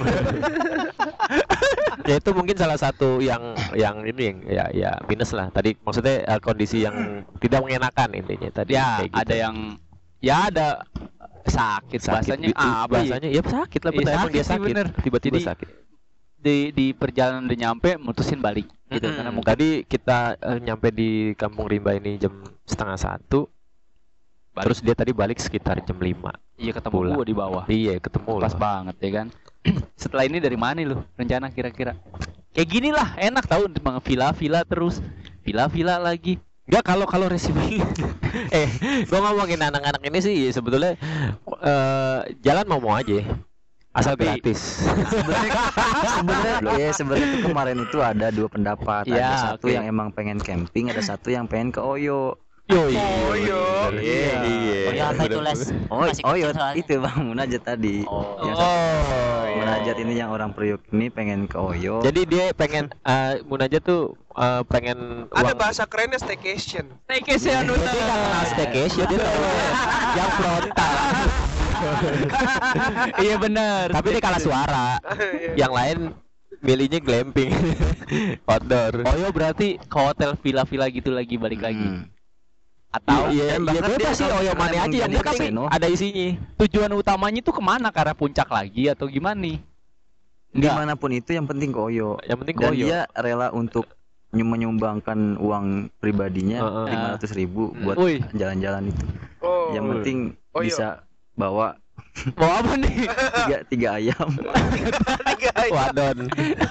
ya itu mungkin salah satu yang ini yang ya minus lah. Tadi maksudnya kondisi yang tidak mengenakan intinya tadi. Ya, kayak gitu. ada yang ya ada sakit, bahasanya apa ya? bahasanya ya sakit lah, Iya, benar emang dia sakit sih, sakit. bener. Tiba-tiba Jadi, sakit. Di perjalanan udah nyampe mutusin balik gitu karena mungkin Tadi kita nyampe di Kampung Rimba ini jam 12:30. Terus dia tadi balik sekitar jam 5. iya ketemu pulang. gua di bawah. Iya, ketemu Pas lah. banget ya kan. Setelah ini dari mana lu rencana kira-kira? Kayak gini lah, enak tahu bang, villa terus, villa lagi. Enggak, kalau resimi gua ngomongin anak-anak ini sih sebetulnya jalan mau aja. Asal Tapi- gratis. sebenarnya tuh kemarin itu ada dua pendapat. Iya, Ada satu oke. yang emang pengen camping, ada satu yang pengen ke Oyo. Oyo. Iya, apa itu Les? Masih Oyo kecil soalnya. itu Bang Munajat tadi. Yang Munajat ini yang orang Priok ini pengen ke Oyo. Jadi dia pengen Munajat tuh pengen Ada uang. bahasa kerennya staycation. Staycation Dia nggak kenal staycation, dia tahu yang frontal. Iya benar. Tapi dia kalah suara. Yang lain milihnya glamping, outdoor. Oyo berarti ke hotel villa gitu lagi balik lagi. Atau Atau iya, bahkan bebas dia sih kalau Oyo misalkan mana emang aja yang dia penting pengen, ada isinya. tujuan utamanya tuh kemana? Ke arah puncak lagi atau gimana nih? Dimanapun itu yang penting ke Oyo. Yang penting Dan Oyo. dia rela untuk menyumbangkan uang pribadinya Heeh. 500.000 buat Wih. jalan-jalan itu. Oh. Yang penting Oyo. bisa bawa Mau apa nih? tiga ayam. Wadon.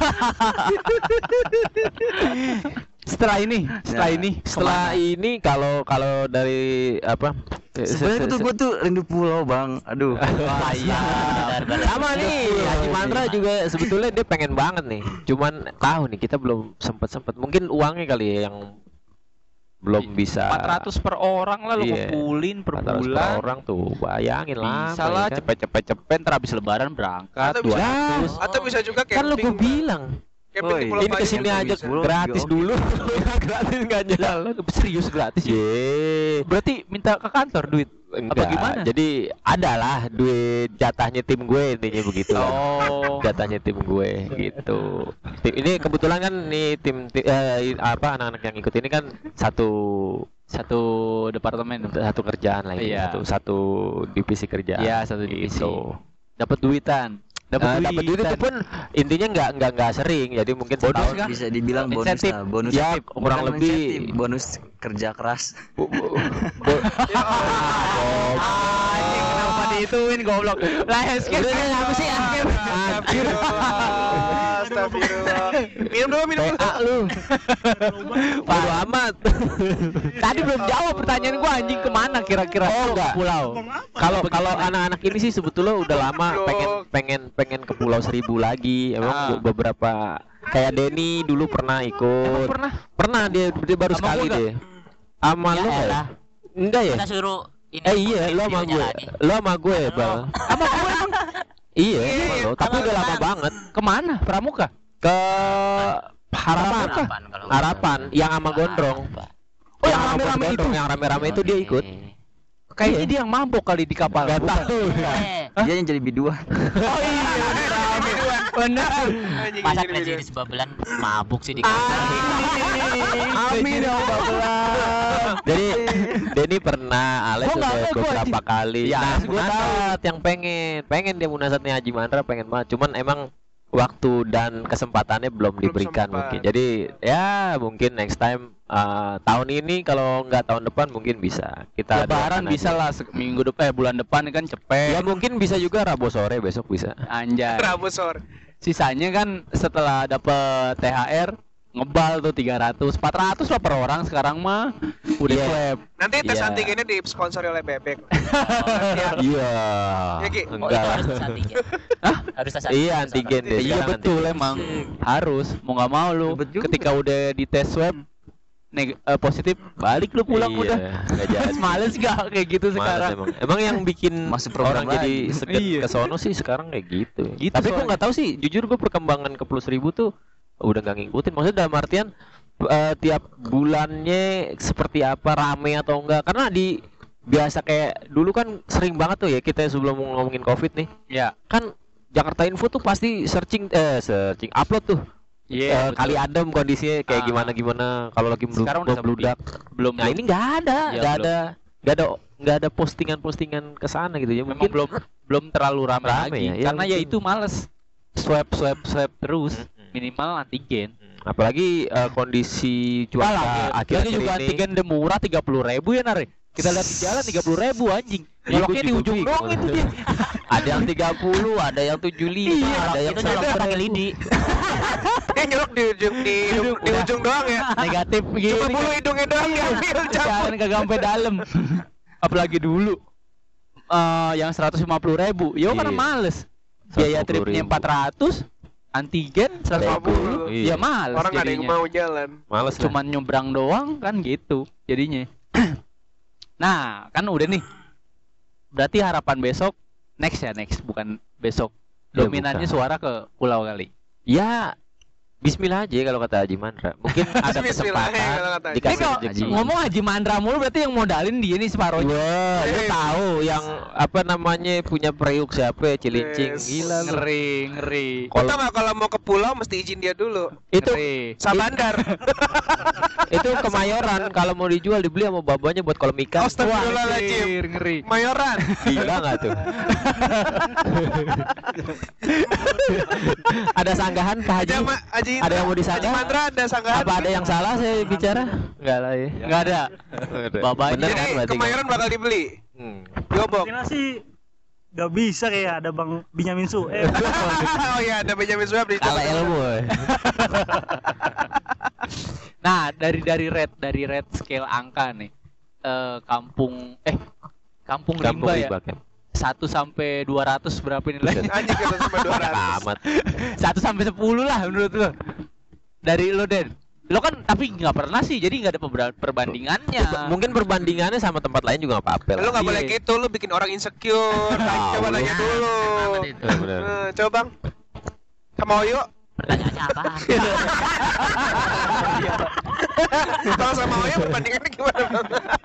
Setelah Setelah ini kalau dari apa? Sebenarnya tuh gue tuh rindu pulau Bang. Aduh. Sama nih Haji Mandra juga sebetulnya dia pengen banget nih. Cuman tahu nih kita belum sempet. Mungkin uangnya kali ya yang belum bisa. 400 per orang lah lu Iya. kumpulin per 400 per bulan. orang tuh bayangin lah. Bisa lah cepet-cepet ntar habis lebaran berangkat Atau bisa- 200. Atau bisa juga Kan lu gue camping. bilang Camping di Pulau Ini Payung. kesini aja Pulau gratis juga dulu. Gratis nggak jalan. Serius gratis ya? Ye. Berarti minta ke kantor duit? Enggak, gimana? jadi adalah duit jatahnya tim gue intinya begitu. Oh. Jatahnya tim gue gitu. Ini kebetulan kan nih anak-anak yang ikut ini kan satu departemen. satu kerjaan lah ini, Iya. satu divisi kerjaan. Iya, satu divisi. Gitu. Dapat duitan. Dapat duit itu pun intinya nggak sering, jadi mungkin Bonus setahun kan? Bisa dibilang bonus Insentif. lah, bonus Ya, bukan kurang lebih. insentif, bonus kerja keras. Anjing kenapa diituin goblok? Lah skip apa sih skip? Astagfirullah. Minum dulu. PA lu. Bodo amat. Tadi belum jawab pertanyaan gua anjing kemana kira-kira? Oh, enggak. Pulau. Kalau anak-anak ini sih sebetulnya udah lama pengen ke Pulau Seribu lagi. Emang beberapa kayak Denny dulu pernah ikut. Pernah dia baru Sama sekali gua deh. Sama Ya lu nggak? elah. Enggak ya? Kita suruh ini Iya, lo sama videonya gue. lagi. Lo sama gue, Bal. Sama gue emang Iya, sama lo. Tapi Sama udah lama Bang. banget. kemana? Pramuka? Ke Harapan. kalau Harapan yang sama Gondrong. Oh, yang sama Bos rame-rame itu. Gondrong, yang rame-rame itu dia ikut. Kayaknya dia yang mabok kali di kapal. Gak Bukan. tahu. Dia yang jadi biduan. Oh iya. Benar. Masa presiden sebuah bulan mabuk sih di Amin ya Allah. Jadi Denny pernah, Alex Gua nggak udah ada, gua beberapa anjing. kali. Ya, Nah, gua Munasat yang pengen dia Munasatnya Haji Mandra pengen banget. Cuman emang waktu dan kesempatannya belum diberikan sempat. mungkin. Jadi ya mungkin next time tahun ini kalau nggak tahun depan mungkin bisa. Kita Lebaran doakan bisa aja. lah minggu depan bulan depan kan cepet. Ya mungkin bisa juga Rabu sore besok bisa. Anjay. Rabu sore. Sisanya kan setelah dapet THR ngebal tuh 300, 400 lah per orang sekarang mah. Udah Iya. clap. Nanti tes Iya. antigennya disponsori oleh Bebek. Iya. Ya, Ki. Oh, Enggak itu lah. harus tes antigen. Harus tes Iya antigen deh. Iya sekarang betul antigen. emang harus mau nggak mau lu Ribet juga. ketika udah dites swab positif balik lu pulang Iya, udah. nggak jadi. Males gak kayak gitu Males sekarang. emang yang bikin Masuk program orang jadi lagi. segan Iya. ke sono sih sekarang kayak gitu. Gitu Tapi gue soalnya. nggak tahu sih, jujur gue perkembangan ke Plus Seribu tuh udah nggak ngikutin. Maksudnya dalam artian tiap bulannya seperti apa, rame atau enggak? Karena di biasa kayak dulu kan sering banget tuh ya kita sebelum ngomongin COVID nih, Ya. kan Jakarta Info tuh pasti searching upload tuh. Iya. Kali adem kondisinya kayak Ah. gimana kalau lagi Sekarang udah membludak. belum Nah ini nggak ada, Iya, nggak ada postingan-postingan ke sana gitu ya. memang Mungkin belum terlalu ramai Rame lagi ya, iya, karena ya mungkin. itu males swab terus Mm-mm. minimal antigen. apalagi kondisi Alah, cuaca lagi akhir-akhir juga ini. antigen udah murah 30.000 ya Nare. Kita lihat di jalan 30.000 anjing. Iya, Nyoloknya gua di juga ujung bingung. doang itu dia. Ada yang 30, ada yang 75, Iya, ada yang Itu nyolok pakai lidi. Dia nyolok di ujung doang ya. Negatif gitu. Cuma bulu hidungnya doang diambil cabut. Jangan kagak sampai dalam. Apalagi dulu yang 150.000. Ya karena Iya. males. Biaya 150.000. tripnya 400, antigen 150. Iya. Ya males Orang nggak ada yang jadinya. mau jalan. Males lah. Cuman nyebrang doang kan gitu jadinya. Nah, kan udah nih. Berarti harapan besok next bukan besok. Ya, Dominannya bukan. suara ke pulau kali. Ya Bismillah aja kalau kata Haji Mandra. Mungkin ada Bismillah, kesempatan kalau kata Haji. Ini dikasih kalau rezeki. ngomong Haji Mandra mulu berarti yang modalin dia nih separohnya. Wah, lu tahu yang apa namanya punya periuk siapa ya, Cilincing. Yes. Gila lu. Ngeri. Kau tahu nggak kalau mau ke pulau mesti izin dia dulu. Itu Ngeri. Sabandar. itu Kemayoran kalau mau dijual dibeli sama babanya buat kolam ikan. Astagfirullahaladzim. Ngeri. Mayoran. Gila nggak tuh? Ada sanggahan Pak Haji? Haji Ada yang mau disanggah? Haji Mandra ada sanggahan. Apa ada yang salah saya bicara? Enggak lah ya. Enggak ada. Babanya. Bener kan Jadi berarti? Kemayoran bakal dibeli. Gobok. Kira sih gak bisa kayak ada Bang Benyamin Sueb. Oh iya ada Benjamin Sueb di Kalah ilmu. Nah, dari red scale angka nih. Kampung Rimba ya. Kan? 1 sampai 200 berapa nilai? Anjing kita sampai 200. Amat. 1 sampai 10 lah menurut lo. Dari lo Den. Lo kan tapi nggak pernah sih, jadi nggak ada perbandingannya. Mungkin perbandingannya sama tempat lain juga nggak apa-apa. Lu nggak Iya. boleh gitu, lu bikin orang insecure. Tahu Coba lu. nanya dulu. Benar. Coba Bang. Sama Oyo. Pertanyaannya apa? Kalau sama Oya perbandingannya gimana Bang?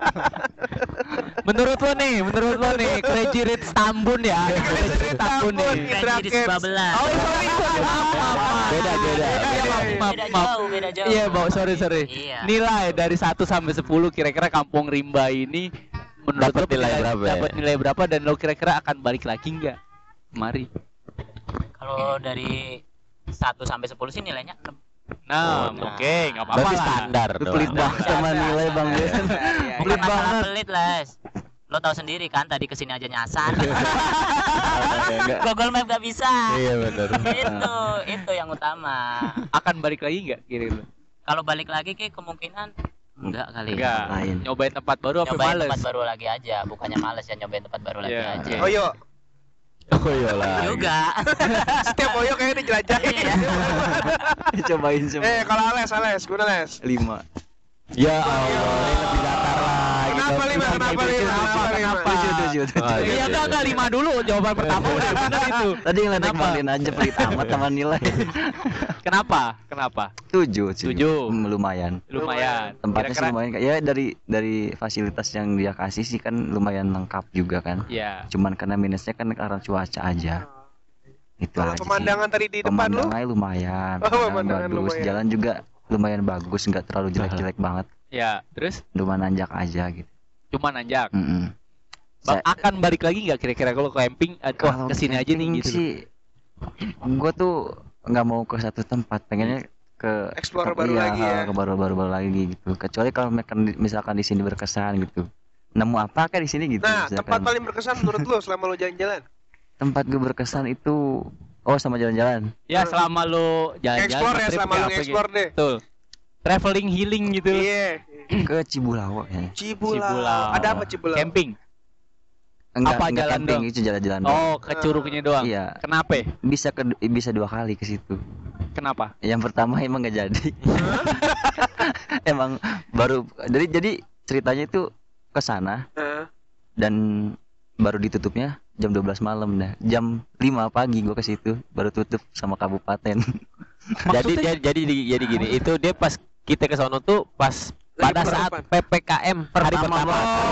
Menurut lo nih, Crazy Rich Tambun ya. Crazy Rich Tambun nih. Indra Crazy Rich Caps. Bablas. Oh, sorry. Beda. Beda jauh. Iya, sorry. Iya. Nilai dari 1 sampai 10 kira-kira Kampung Rimba ini menurut Dapat lo nilai berapa ya? Dapat nilai berapa dan lo kira-kira akan balik lagi nggak? Mari. Kalau dari 1 sampai 10 sih nilainya 6. Nah, oke, nggak apa-apa Berarti lah. standar Lu dong. pelit banget sama nilai Bang Des. Bukan Pelit masalah banget. pelit, Les. Lo tahu sendiri kan tadi kesini aja nyasar. Enggak. Google Map gak bisa. Iya benar. Itu yang utama. Akan balik lagi nggak kira lo? Kalau balik lagi ke kemungkinan enggak kali. Enggak. Lain. Nyobain tempat baru apa Nyobain males? tempat baru lagi aja, bukannya males ya nyobain tempat baru lagi Iya, aja. oke. Oyo. Oh iyalah. Juga. Setiap Oyo kayaknya dijelajahin. Cobain semua. Kalau Ales, gimana Les? 5. Ya Allah, ini lebih datar lagi. Kenapa lima? Kenapa lima? Kenapa? 7. Oh, Iya enggak 5 dulu jawaban pertama udah benar itu. Tadi ngeliatin Kenapa? Bang Din aja pelit amat sama nilai. Kenapa? 7. Tujuh. Lumayan. Lumayan. Tempatnya sih Kira-kira- lumayan. Ya dari fasilitas yang dia kasih sih kan lumayan lengkap juga kan. Iya. Cuman karena minusnya kan karena cuaca aja. Itu Kalau aja sih. pemandangan tadi di depan lu? Pemandangannya lumayan. Oh, Pemandangan pemandangan bagus. lumayan. Jalan juga lumayan bagus, nggak terlalu jelek-jelek banget. Ya, terus Cuma nanjak aja gitu. cuma nanjak. Mm-mm. Bang, Saya- akan balik lagi nggak kira-kira kalau camping? Wah, Kalau kesini aja nih camping gitu. sih, gue tuh nggak mau ke satu tempat, pengennya ke Explore baru lagi ya. ke baru lagi gitu. Kecuali kalau misalkan di sini berkesan gitu. Nemu apa kayak di sini gitu. Nah, misalkan. tempat paling berkesan menurut lu selama lu jalan-jalan? Tempat gue berkesan itu sama jalan-jalan. Ya, selama lo jalan-jalan Explore ya, trip selama kayak lu apa explore deh. gitu. Betul. Traveling healing gitu. Iya. Ke Cibulau ya. Cibulau. Ada apa Cibulau? Camping. Enggak, Apa enggak jalan camping, dong? itu jalan-jalan doang. Oh, ke curugnya doang. Iya. Kenapa? Bisa 2 kali ke situ. Kenapa? Yang pertama emang nggak jadi. Emang baru jadi ceritanya itu ke sana Heeh. dan baru ditutupnya jam 12 malam dah. Jam 5 pagi gua ke situ baru tutup sama kabupaten. Jadi gini, itu dia pas kita ke sono tuh pas pada saat PPKM hari pertama.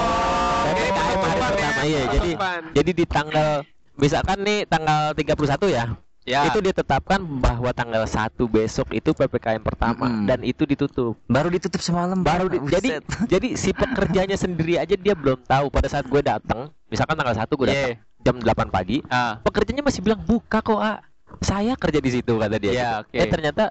PPKM hari pertama iya. Jadi di tanggal misalkan nih tanggal 31 ya. Ya. Itu ditetapkan bahwa tanggal 1 besok itu PPKM pertama Mm-mm. dan itu ditutup. Baru ditutup semalam. Jadi si pekerjanya sendiri aja dia belum tahu pada saat gue datang, misalkan tanggal 1 gue datang jam 8 pagi, pekerjanya masih bilang buka kok, saya kerja di situ kata dia. Ya, gitu. oke. Ternyata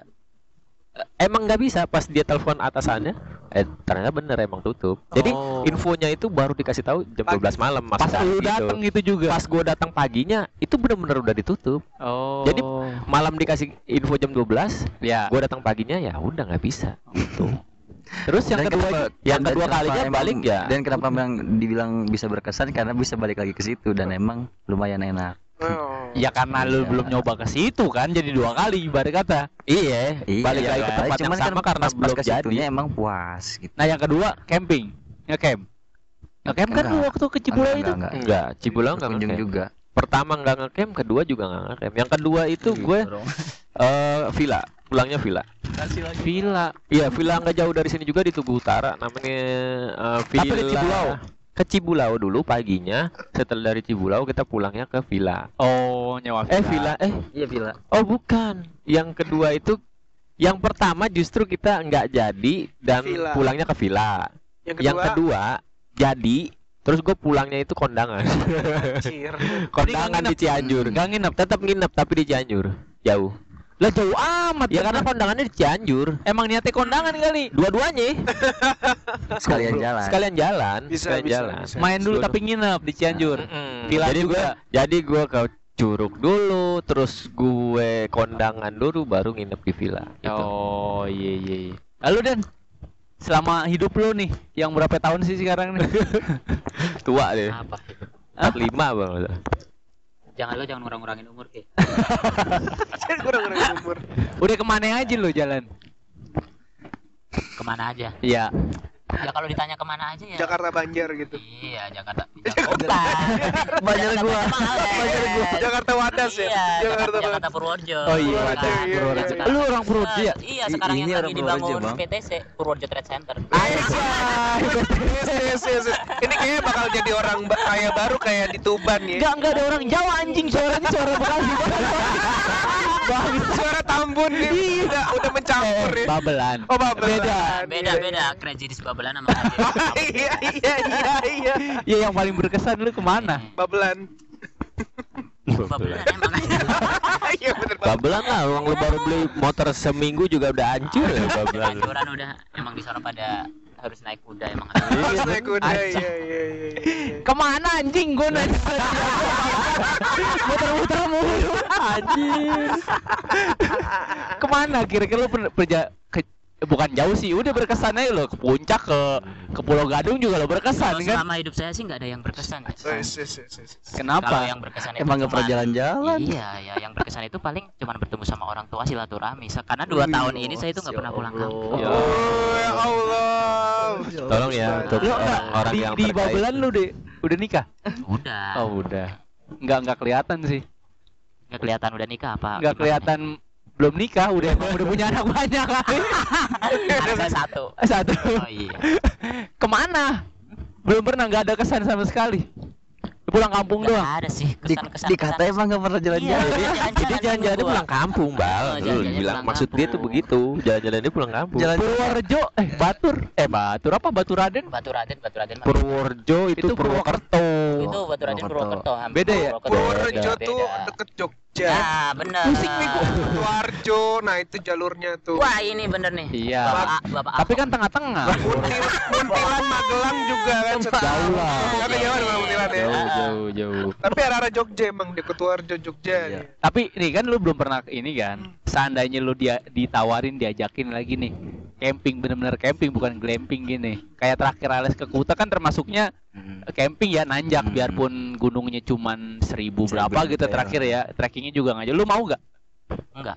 emang nggak bisa pas dia telepon atasannya, ternyata bener emang tutup. Jadi Oh. infonya itu baru dikasih tahu jam 12 malam. Pas lu datang itu juga. Pas gue datang paginya itu bener-bener udah ditutup. Oh. Jadi malam dikasih info jam 12, ya. gue datang paginya ya udah nggak bisa gitu. Terus yang Dan kedua kenapa- yang dan kedua kenapa kalinya emang- balik ya. Dan kenapa memang dibilang bisa berkesan karena bisa balik lagi ke situ dan emang lumayan enak. Oh. Ya karena lu Iya. belum nyoba ke situ kan, jadi 2 kali ibarat kata. Iya, balik lagi ke kan. tempat yang Cuman sama karena pas belum ke situnya jadi. emang puas gitu. Nah, yang kedua camping. Ngecamp. Ngecamp kan lu Enggak. waktu ke Cibulau itu. Enggak, Cibulau enggak Kunjung ngecamp. juga. Pertama enggak ngecamp, kedua juga enggak ngecamp. Yang kedua itu gue villa, pulangnya villa. Villa. Iya, villa enggak jauh dari sini juga di Tugu Utara, namanya villa. Tapi di Cibulau. Ke Cibulau dulu paginya, setelah dari Cibulau kita pulangnya ke villa. Oh, nyewa villa. Villa, Iya villa. oh bukan. Yang kedua itu, yang pertama justru kita nggak jadi dan Villa. pulangnya ke villa. Yang Yang kedua jadi, terus gue pulangnya itu kondangan. Anjir. Kondangan di Cianjur. Nggak nginep. Tetap nginep tapi di Cianjur. Jauh. Lah jauh amat. Ya karena kondangannya di Cianjur. emang niatnya kondangan kali. Dua-duanya Sekalian jalan. sekalian jalan, Bisa, sekalian bisa, jalan. bisa. Main dulu tapi nginep di Cianjur. Villa Jadi juga. gue ke Curug dulu, terus gue kondangan dulu, baru nginep di villa. Gitu. Oh, iya. Lalu Dan, selama hidup lu nih, yang berapa tahun sih sekarang nih? Tua deh. Apa? 45 bang. Jangan ngurang-ngurangin umur, Ki. Saya kurang-kurang umur. Udah kemana aja lu jalan? Kemana aja? Iya. Ya kalau ditanya kemana aja ya. Jakarta Banjar gitu. Iya, Jakarta. Banjar gua. Banjar gua. Jakarta Wadas ya. Iya, Jakarta Jakarta Purworejo. Oh iya, Purworejo, ada iya, Purworejo. iya. Lu orang Purworejo ya? Iya, sekarang Ini yang orang lagi dibangun Purworejo, Bang. PTC, Purworejo Trade Center. Yes. Ini kayaknya bakal jadi orang kaya baru kayak di Tuban ya. Enggak ada orang Jawa anjing, suaranya suara Bekasi. Suara Tambun nih udah mencampur ya. Babelan. Oh, Babelan. Beda Crazy di Babelan sama Kadir. Iya. Ya yang paling berkesan lu kemana? Babelan. Babelan emang. Iya bener banget. Babelan lah, uang lu baru beli motor seminggu juga udah hancur ya Babelan. Hancuran udah emang di sana pada harus naik kuda emang. Terus naik kuda, iya. Kemana anjing gue nanya? Muter-muter mulu anjing. Kemana kira-kira lu bukan jauh sih, udah berkesan aja lo ke puncak ke Pulau Gadung juga lo berkesan Kalau kan? selama hidup saya sih nggak ada yang berkesan. Kalau Kenapa? yang berkesan itu Emang nggak pernah cuman- jalan-jalan? Iya, ya yang berkesan itu paling cuma bertemu sama orang tua silaturahmi. Karena 2 tahun ini saya itu nggak pernah pulang kampung. Ya. Oh ya Allah. Tolong ya untuk Lu orang yang di terkait. Babelan lu udah nikah? Udah. Oh udah. Enggak kelihatan sih. Nggak kelihatan udah nikah apa? Enggak gimana kelihatan belum nikah, udah punya anak banyak kali. nih? Anak saya 1. Satu. Oh iya. Kemana? Belum pernah, nggak ada kesan sama sekali. Pulang kampung Nggak doang. ada sih kesan-kesan. Dikata emang nggak pernah jalan-jalan. Jadi jalan-jalannya pulang kampung, Bal. Oh, Lu jalan-jalannya bilang pulang maksud dia tuh kampung. begitu. Jalan-jalannya pulang kampung. Jalan- Purworejo, Batur apa Batu Raden? Batu Raden mah. Purworejo itu Purwokerto. Itu Batu Raden Purwokerto. hampir Beda ya? Purworejo Beda. tuh deket Jogja. Nah, bener. Pusing nih gua. Sidoarjo, nah itu jalurnya tuh. Wah, ini bener nih. Iya. Bapak Tapi Ahok. kan tengah-tengah. Muntilan Magelang juga kan. Jauh lah. Agak jauh sama Muntilan ya. Jauh. Tapi arah-arah Jogja emang di Ketuarjo Jogja. Iya. nih. Tapi nih kan lu belum pernah ini kan. Seandainya lu ditawarin diajakin lagi nih. Camping, bener-bener camping bukan glamping gini. Kayak terakhir Ales ke Kuta kan termasuknya camping ya, nanjak biarpun gunungnya cuman 1000 berapa gitu meter. terakhir ya. Trekkingnya juga nggak jauh. Lu mau gak? Enggak.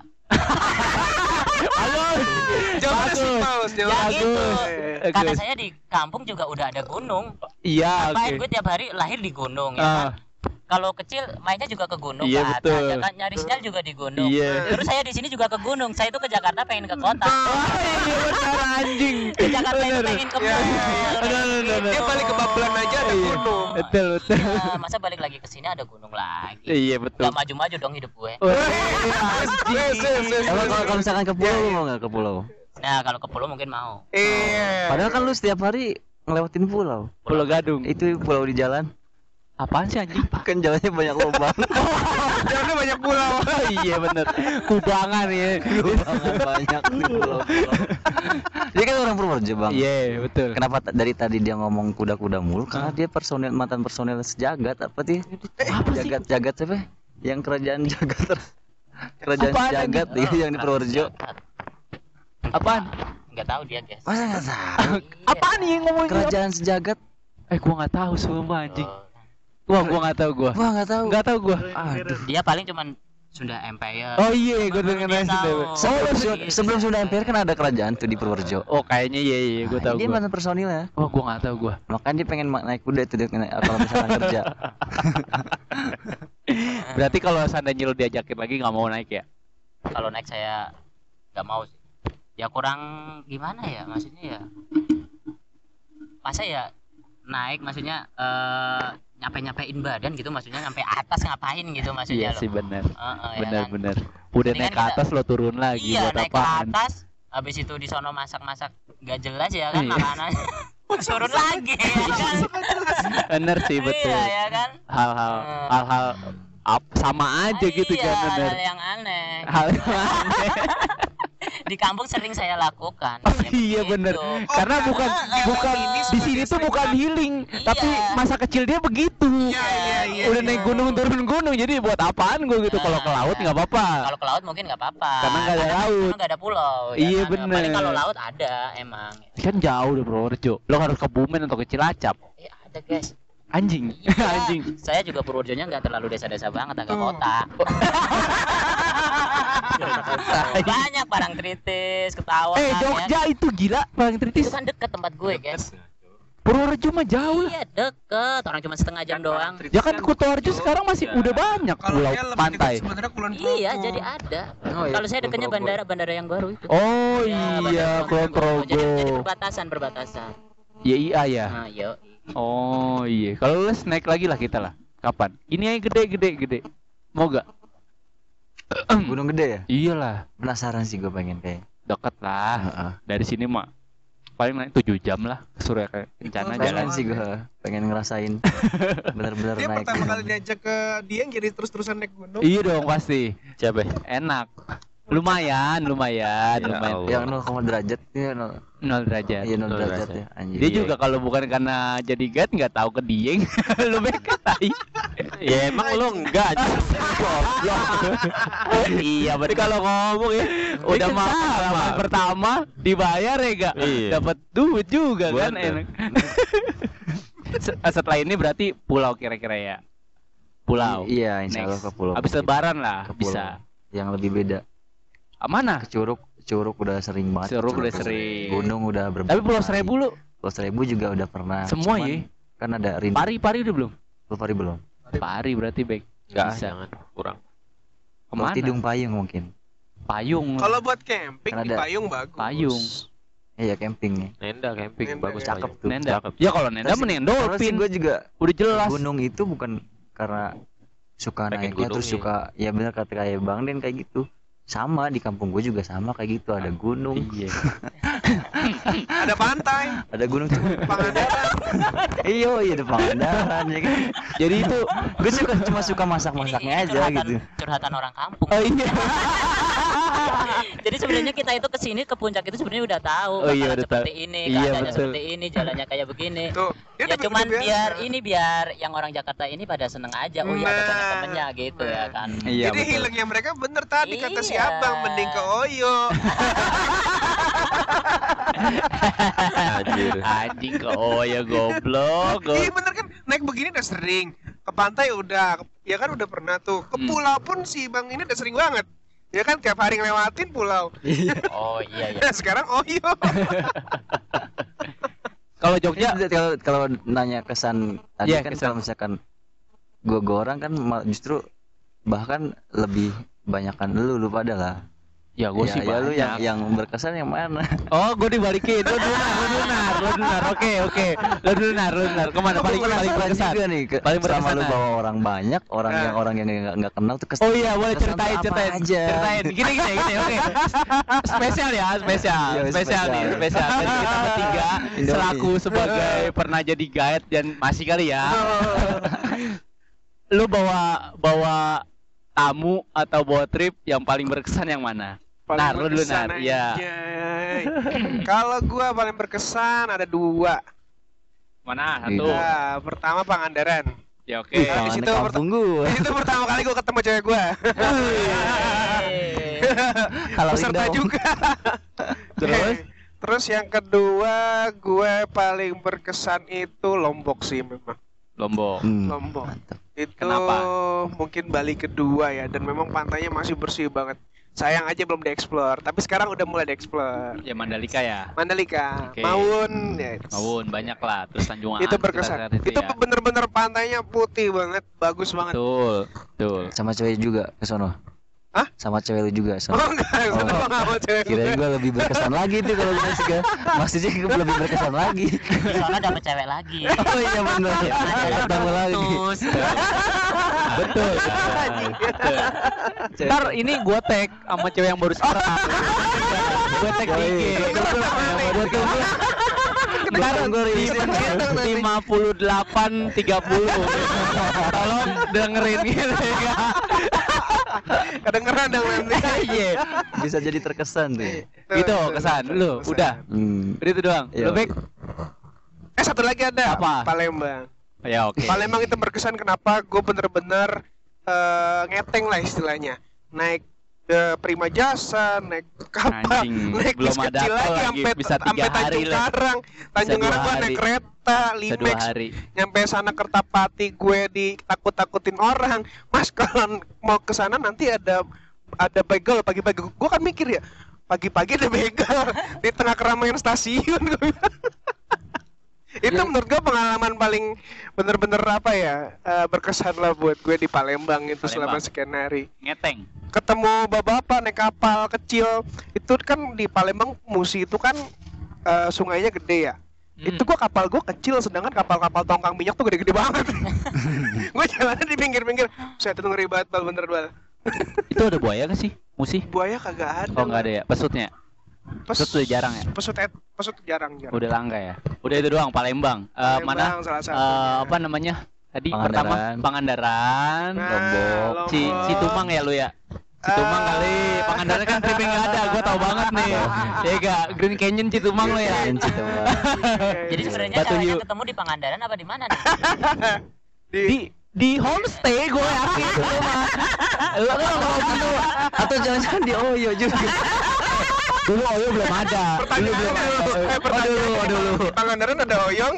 Jawabannya simpel, Ya jawabannya gitu. Bagus. Karena saya di kampung juga udah ada gunung. Iya, Ngapain oke. gue tiap hari lahir di gunung ya Ah. kan? Kalau kecil mainnya juga ke gunung, Iya, ke atas, betul. ya kan? Nyari sinyal juga di gunung. Iya. Terus saya di sini juga ke gunung. Saya itu ke Jakarta pengen ke kota. Iya benar anjing. Ke Jakarta itu Bener. pengen ke Iya, mall. Bener. Dia balik ke Babelan aja ada Iya. gunung. Betul. Iya, masa balik lagi ke sini ada gunung lagi. Iya betul. Gak maju-maju dong hidup gue. Emang kalau misalkan ke pulau lu mau nggak ke pulau? Nah, kalau ke pulau mungkin mau. Iya. Padahal kan lu setiap hari ngelewatin pulau. Pulau Gadung. Itu pulau di jalan. Apaan sih anjing? Kan jalannya banyak lubang. Jalannya banyak pulau. Iya bener. Kubangan ya. Banyak di pulau. Dia kan orang Purworejo, Bang. Iya betul. Kenapa dari tadi dia ngomong kuda-kuda mulu? Karena dia mantan personel sejagat apa sih? Jagat siapa? Yang kerajaan jagat. Kerajaan Apaan jagat Oh, yang di Purworejo. Apaan? Nggak tahu dia, guys. Masa nggak tahu? Apaan nih yang ngomongin? Kerajaan sejagat. Gua nggak tahu sumpah anjing. Gua nggak tahu gua. Wah nggak tahu. Nggak tahu gua. Aduh. Dia paling cuman Sunda Empire. Oh iya, gua Baru denger dia nasi tahu. Sebelum Sunda Empire kan ada kerajaan tuh di Purworejo. Oh kayaknya iya gua tahu Dia gua. mantan personil ya. Oh gua nggak tahu gua. Makanya dia pengen naik kuda itu dia kalau misalkan kerja. Berarti kalau seandainya lu diajakin lagi nggak mau naik ya? Kalau naik saya nggak mau sih. Ya kurang gimana ya, maksudnya ya. Masa ya naik maksudnya nyampe-nyampein badan gitu, maksudnya nyampe atas ngapain gitu maksudnya Iya loh. sih bener. Ya kan? Bener. Udah Mendingan naik ke atas lo turun lagi Iya, buat naik ke apaan? atas, habis itu di sono masak-masak gak jelas ya kan Iya. makanan. Turun lagi ya kan. Bener sih betul. Iya ya kan. Hal-hal sama aja gitu Iya, kan bener. hal yang aneh. Hal yang aneh. Di kampung sering saya lakukan. Oh, Ya iya begitu. bener. Karena bukan di sini tuh bukan healing, Iya. tapi masa kecil dia begitu. Iya. Udah naik gunung turun gunung, jadi buat apaan gue gitu? Kalau ke laut nggak apa-apa. Kalau ke laut mungkin nggak apa-apa. Karena nggak ada kan laut. di sana nggak ada pulau. Iya, kan? bener. Paling kalau laut ada emang. Kan jauh dari Purworejo. Lo harus ke Bumen atau ke Cilacap. Ada guys. Anjing, Iya. anjing. Saya juga Purworejonya nggak terlalu desa-desa banget, agak kota. Banyak barang tritis, ketawa. Jogja itu gila paling Itu kritis. kan dekat tempat gue, guys. Purworejo mah jauh lah. Iya, deket. Orang cuma setengah jam doang. Ya kan Kutoarjo sekarang masih udah banyak Kalau pulau dia lebih pantai. dekat sebenarnya Kulon Iya, Progo. jadi ada. Oh, iya, Kalau saya dekatnya Kulon Progo. bandara yang baru itu. Oh Ya, iya, Kulon Jadi Progo. perbatasan. YIA ya. Nah, yo. Oh iya. Kalau les naik lagi lah kita lah. Kapan? Ini aja gede. Mau gak? Gunung Gede ya? Iyalah, Penasaran sih gue pengen kayak. deket lah. Heeh. Dari sini mah paling naik 7 jam lah ke Surya kayak Pengen Kencana Pengen jalan. sih gue, pengen ngerasain bener-bener Dia naik. pertama kali diajak ke Dieng jadi terus-terusan naik gunung. Iya dong pasti. Siapa? Enak. Lumayan. Ya Allah. Yang 0, derajat ya 0 derajat. Iya 0 0 derajat derajat. ya anjir. Dia juga kalau bukan karena jadi guide nggak tahu ke Dieng. Lu tai. Ya emang lo enggak. Iya, berarti kalau ngomong ya udah mah pengalaman pertama dibayar ya gak? Iya. Dapat duit juga kan Bener. enak. Setelah ini berarti pulau kira-kira ya. Pulau. Iya, insya Allah Next. ke pulau. Habis lebaran lah Ke pulau. bisa. Yang lebih beda. Mana? Ke Curug udah sering banget. Curug udah sering. Gunung udah berapa? Tapi Pulau kali. Seribu lu Pulau Seribu juga udah pernah. semua Cuman ya. Kan ada Rindu. Pari udah belum? Pulau Pari belum. Pari berarti baik. Enggak, Bisa. jangan kurang. Pulau Kemana? Tidung Payung mungkin. Payung. Kalau buat camping Kan di ada Payung bagus. Payung. Iya camping ya. Nenda camping Nenda, bagus cakep Payung. tuh. Nenda. Cakep. Ya kalau Nenda Terus- mending Terus dolphin. gue juga Udah jelas. gunung itu bukan karena suka Pengen naiknya terus gunungnya. suka ya benar kata kayak Bang Den kayak gitu. Sama di kampung gue juga sama kayak gitu ada gunung, Iya. Ada pantai, ada gunung tuh. Pangandaran. Iya ada Pangandaran ya kan. Jadi itu Gue cuma suka masak-masaknya aja gitu. Curhatan orang kampung. oh iya. Jadi sebenarnya kita itu kesini ke puncak itu sebenarnya udah tahu Oh iya, bakalan udah seperti tahu. ini, Iya, keadaannya betul. seperti ini, jalannya kayak begini. Tuh, dia Ya udah cuman biasa. biar yang orang Jakarta ini pada seneng aja. Oh iya ada banyak Nah, temennya gitu ya kan. Iya, Jadi betul. hilangnya mereka bener tadi kata si Iya. Abang mending ke Oyo. Anjir. Anjing ke oh ya goblok. Iya bener kan naik begini udah sering. Ke pantai udah, ya kan udah pernah tuh. Ke pulau pun si Bang ini udah sering banget. Ya kan tiap hari ngelewatin pulau. Oh iya ya. Nah, sekarang Oyo. Kalau Jogja Kalau nanya kesan tadi Iya, kan kesan. kalau misalkan gue orang kan justru bahkan lebih banyakan lu pada lah. ya gue sih ya lu banyak. yang berkesan yang mana? Oh, gue dibalikin. Lo dunar. Oke. Lo dunar. Kemana paling berkesan? juga nih Paling selama lu berkesan. bawa orang banyak, orang yang nggak kenal tuh Oh iya, boleh kesan tuh apa ceritain. aja. Ceritain. Gini, oke. Spesial ya, spesial. Iya, Spesial nih, spesial. Jadi kita bertiga Indomie. selaku sebagai pernah jadi guide dan masih kali ya. Lu bawa tamu atau bawa trip yang paling berkesan yang mana? Nar, lu dulu, berkesan Nar. Iya. anjay. Kalau gua paling berkesan ada 2. Mana? Iya. Satu. Nah, pertama Pangandaran. Ya oke. Ih, Di situ kampung gua. Itu pertama kali gua ketemu cewek gua. Kalau Peserta Linda, juga. Terus? Terus yang kedua gue paling berkesan itu Lombok sih memang. Lombok. Lombok. Mantap. Itu Kenapa? mungkin Bali kedua ya dan memang pantainya masih bersih banget. Sayang aja belum dieksplor, tapi sekarang udah mulai dieksplor. Ya Mandalika ya. Mandalika, Oke. Maun, ya, Mawun banyak lah. Terus Tanjung itu Aan, berkesan. sekitar-sekitar Itu ya. bener-bener pantainya putih banget, bagus banget. Betul. sama cewek juga ke sono. Hah? Sama cewek lu juga Oh sono. enggak, Oh. gua nggak mau cewek gue. Kirain gua lebih berkesan lagi tuh kalau gitu sih. Maksudnya gua lebih berkesan lagi. Di sana dapet cewek lagi. Oh iya benar. Ketemu lagi. Terus. Betul. Ntar ini gua tag sama cewek yang baru sekarang. Gua tag di IG. Gua tunggu. Ntar Gua riset. 58-30. Tolong dengerin gitu ya. Kedengeran dong nanti. Iya. Bisa jadi terkesan tuh. Gitu kesan lu udah. Udah itu doang. Iya. Lu baik? Satu lagi ada. Apa? Palembang. Ya oke. Palembang itu berkesan kenapa? Gue bener-bener ngeteng lah istilahnya. Naik Prima Jasa, naik kapal, Anjing, naik belum bis ada kecil tol lagi lagi, sampai bisa 3 sampai hari Tanjung lah. Karang. Tanjung 2 Karang gue naik hari. kereta, Bisa 2 Limex, hari. nyampe sana Kertapati gue ditakut-takutin orang. Mas kalau mau ke sana nanti ada ada begal pagi-pagi. Gue kan mikir ya, pagi-pagi ada begal di tengah keramaian stasiun. Gua bilang. Itu menurut gue pengalaman paling bener-bener apa ya, berkesan lah buat gue di Palembang itu selama sekian hari. Ngeteng. Ketemu bapak-bapak naik kapal kecil itu kan di Palembang Musi itu kan sungainya gede ya. Itu gua kapal gua kecil sedangkan kapal-kapal tongkang minyak tuh gede-gede banget. Gua jalannya di pinggir-pinggir. Saya tuh ngeri banget Bal, bener Bal. Itu ada buaya nggak sih? Musi? Buaya kagak ada. Oh nggak ada ya. Pesutnya? Pesut udah jarang ya? Pesut jarang. Udah langka ya. Udah itu doang Palembang. Mana? Salah satunya. Apa namanya? Tadi Pangandaran. pertama Pangandaran, Nah, Lombok, Citumang ya lu ya? Citumang kali. Pangandaran kan tripping nggak ada. Gua tahu banget nih. Ya enggak, Green Canyon Citumang lo ya. Jadi sebenarnya Batu caranya Hiu. ketemu di Pangandaran apa di mana nih? Di homestay gue yakin lu mah. Lu ngomong dulu. Atau jangan-jangan di Oyo juga. Dulu Oyo belum ada. Dulu belum ada. Dulu. Di Pangandaran ada oyong.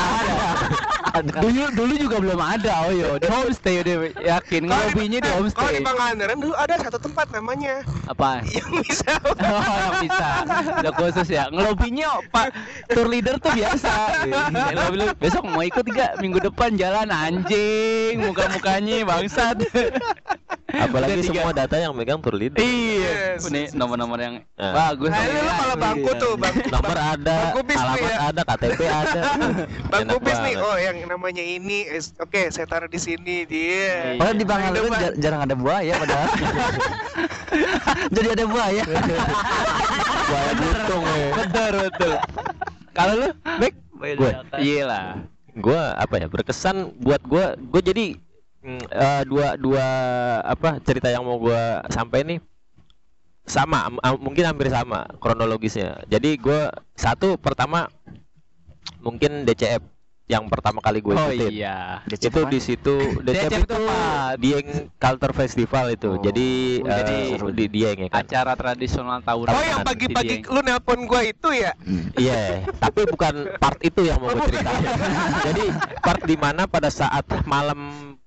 Dulu juga belum ada Oyo. Di homestay udah yakin. Ngelobinya di Kalau homestay. di Pangandaran dulu ada satu tempat namanya Apa? yang bisa. Oh, yang bisa. Udah khusus ya. Ngelobinya Pak tour leader tuh biasa. Ngelobi, besok mau ikut gak? Minggu depan jalan anjing. Muka-mukanya bangsat. Apalagi Udah tiga. semua data yang megang tour leader. Iya. Yes. Ini nomor-nomor yang Nah. bagus. Nah, ini lu kalau bangku tuh, Nomor ada, Bang Kubis tuh alamat ya. ada, KTP ada. Bang Enak Kubis nih, banget. oh yang namanya ini, oke saya taruh di sini dia. Padahal di Pangandaran Depan. jarang ada buaya padahal. Jadi ada buaya. Buaya butung ya. Betul. Kalau lu, Bek? Gue, Iya lah. gue apa ya, berkesan buat gue jadi dua apa cerita yang mau gue sampai nih sama, mungkin hampir sama kronologisnya. Jadi gue pertama mungkin DCF yang pertama kali gue Oh ikutin. iya. Itu di situ DCF itu apa? Dieng Culture Festival itu. Oh. Jadi Jadi di Dieng ya kan. Acara tradisional tahunan. Oh yang pagi-pagi lu nelpon gua itu ya? Iya, tapi bukan part itu yang mau gue ceritain. Jadi part di mana pada saat malam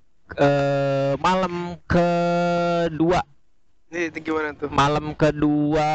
kedua Nih gimana tuh? malam kedua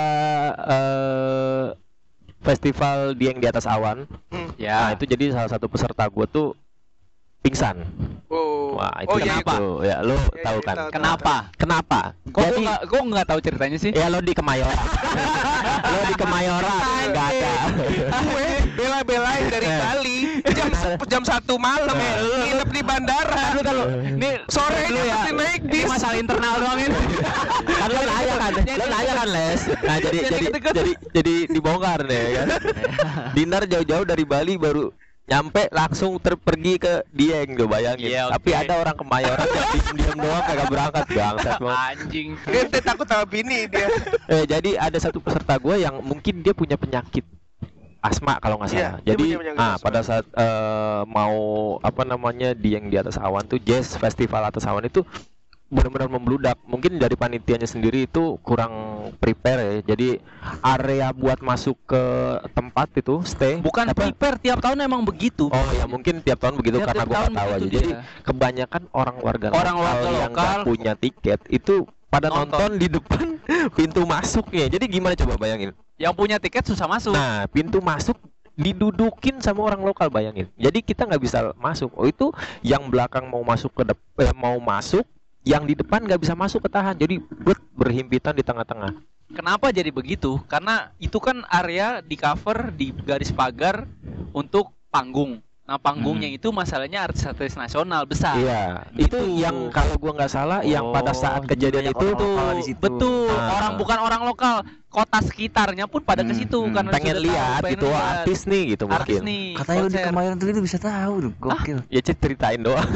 festival Dieng di atas awan. Nah, Ya. itu jadi salah satu peserta gue tuh pingsan. Oh. Wah, itu iya, kenapa? Ya, lo Iya, tahu iya, kan? tahu. Kenapa? Kenapa? Kok nggak tahu ceritanya sih? Ya lo di Kemayoran. Lo di Kemayoran enggak ada. Gue bela-belain dari Bali jam 1 malam nginep di bandara. Ini Sorenya mesti naik bis. masalah internal doang ini. Kan lo nanya kan Les. Nah jadi dibongkar deh kan. Dinar jauh-jauh dari Bali baru nyampe langsung pergi ke Dieng, lo bayangin. Iya, Tapi oke. ada orang Kemayoran yang diam doang kagak berangkat bangsat banget. Anjing. Dia takut sama bini dia. Jadi ada satu peserta gue yang mungkin dia punya penyakit asma kalau nggak Iya, salah. dia Jadi punya penyakit asma. pada saat mau apa namanya Dieng di atas awan tuh jazz festival atas awan itu benar-benar membludak. Mungkin dari panitianya sendiri itu kurang prepare ya. Jadi area buat masuk ke tempat itu stay Bukan apa? prepare, tiap tahun emang begitu. Oh ya mungkin tiap tahun begitu Tiap karena gua tahun nggak tahu aja. begitu Jadi dia. kebanyakan orang warga Orang lokal yang lokal nggak punya tiket itu pada Nonton. nonton di depan pintu masuknya. Jadi gimana coba bayangin? Yang punya tiket susah masuk. Nah, pintu masuk didudukin sama orang lokal, bayangin. Jadi kita nggak bisa masuk. Oh itu yang belakang mau masuk ke mau masuk, yang di depan nggak bisa masuk ketahan. Jadi berhimpitan di tengah-tengah. Kenapa jadi begitu? Karena itu kan area di cover di garis pagar untuk panggung. Nah panggungnya itu masalahnya artis-artis nasional besar. Iya. Gitu. Itu yang kalau gua nggak salah, yang pada saat kejadian banyak itu orang tuh lokal di situ. Betul. Ah. Orang bukan orang lokal, kota sekitarnya pun pada ke situ karena pengen sudah tahu, lihat pengen gitu lihat. artis nih gitu Artis mungkin. nih. Katanya lu di konser. Kemayoran tuh itu bisa tahu tuh, gokil. Ya ceritain doang.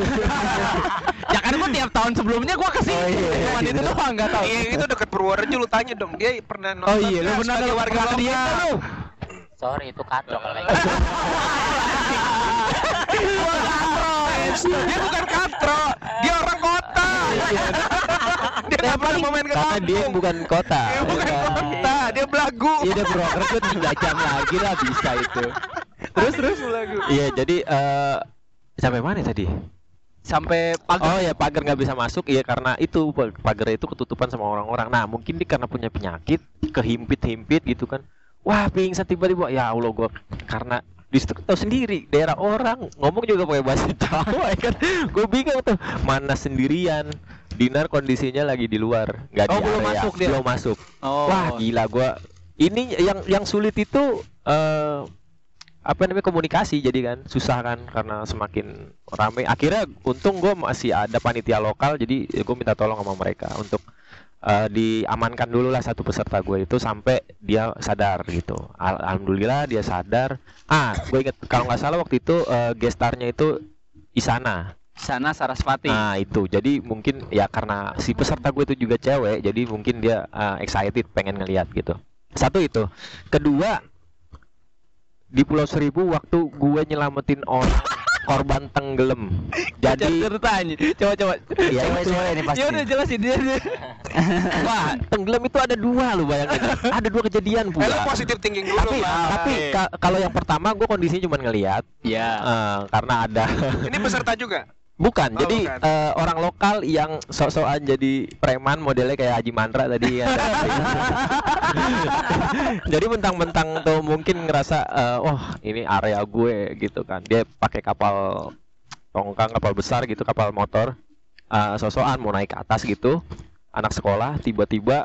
Ya kan gua tiap tahun sebelumnya gua kesini. Oh, iya. Cuman itu doang nggak tahu. Iya itu dekat Purworejo, lu tanya dong dia pernah nonton. Oh iya, lu nggak benar sebagai lu warga pernah ke dia lokal. lu. Sorry itu katro kalau kayak gitu. Dia bukan katro, dia orang kota. Dia nggak pernah mau main ke Karena dia kampung. bukan kota. Dia bukan kota, dia belagu. Iya udah broker tuh 3 jam lagi lah bisa itu. Terus belagu. Iya jadi sampai mana tadi? sampai pagar. Oh ya, pagar nggak bisa masuk, iya karena itu pagar itu ketutupan sama orang-orang. Nah mungkin dia karena punya penyakit, kehimpit gitu kan. Wah pingsan tiba-tiba, ya Allah gue karena disitu tahu sendiri daerah orang ngomong juga pakai bahasa Jawa ya kan. Gue bingung tuh mana sendirian. Dinar kondisinya lagi di luar, nggak di belum area, masuk dia. belum masuk. Oh. Wah gila gue. Ini yang sulit itu apa namanya komunikasi, jadi kan susah kan karena semakin ramai. Akhirnya untung gue masih ada panitia lokal, jadi gue minta tolong sama mereka untuk diamankan dulu lah satu peserta gue itu sampai dia sadar gitu. Alhamdulillah dia sadar. Gue inget kalau nggak salah waktu itu gestarnya itu Isana. Sana Sarasvati. Nah itu jadi mungkin ya karena si peserta gue itu juga cewek, jadi mungkin dia excited pengen ngeliat gitu. Satu itu. Kedua, di Pulau Seribu waktu gue nyelamatin orang korban tenggelam. Jadi ceritanya. Coba. ya Cewek-cewek ini pasti. Ya udah jelasin dia. wah tenggelam itu ada dua lu bayangin. Ada dua kejadian Lu pula. positif thinking dulu, Tapi Pak. kalau yang pertama gue kondisinya cuma ngeliat Ya. karena ada Ini peserta juga. bukan. Oh, Jadi bukan. orang lokal yang sok-sokan jadi preman modelnya kayak Haji Mandra tadi ya. Jadi mentang-mentang tuh mungkin ngerasa wah ini area gue gitu kan. Dia pakai kapal tongkang, kapal besar gitu, kapal motor. Sok-sokan mau naik ke atas gitu. Anak sekolah tiba-tiba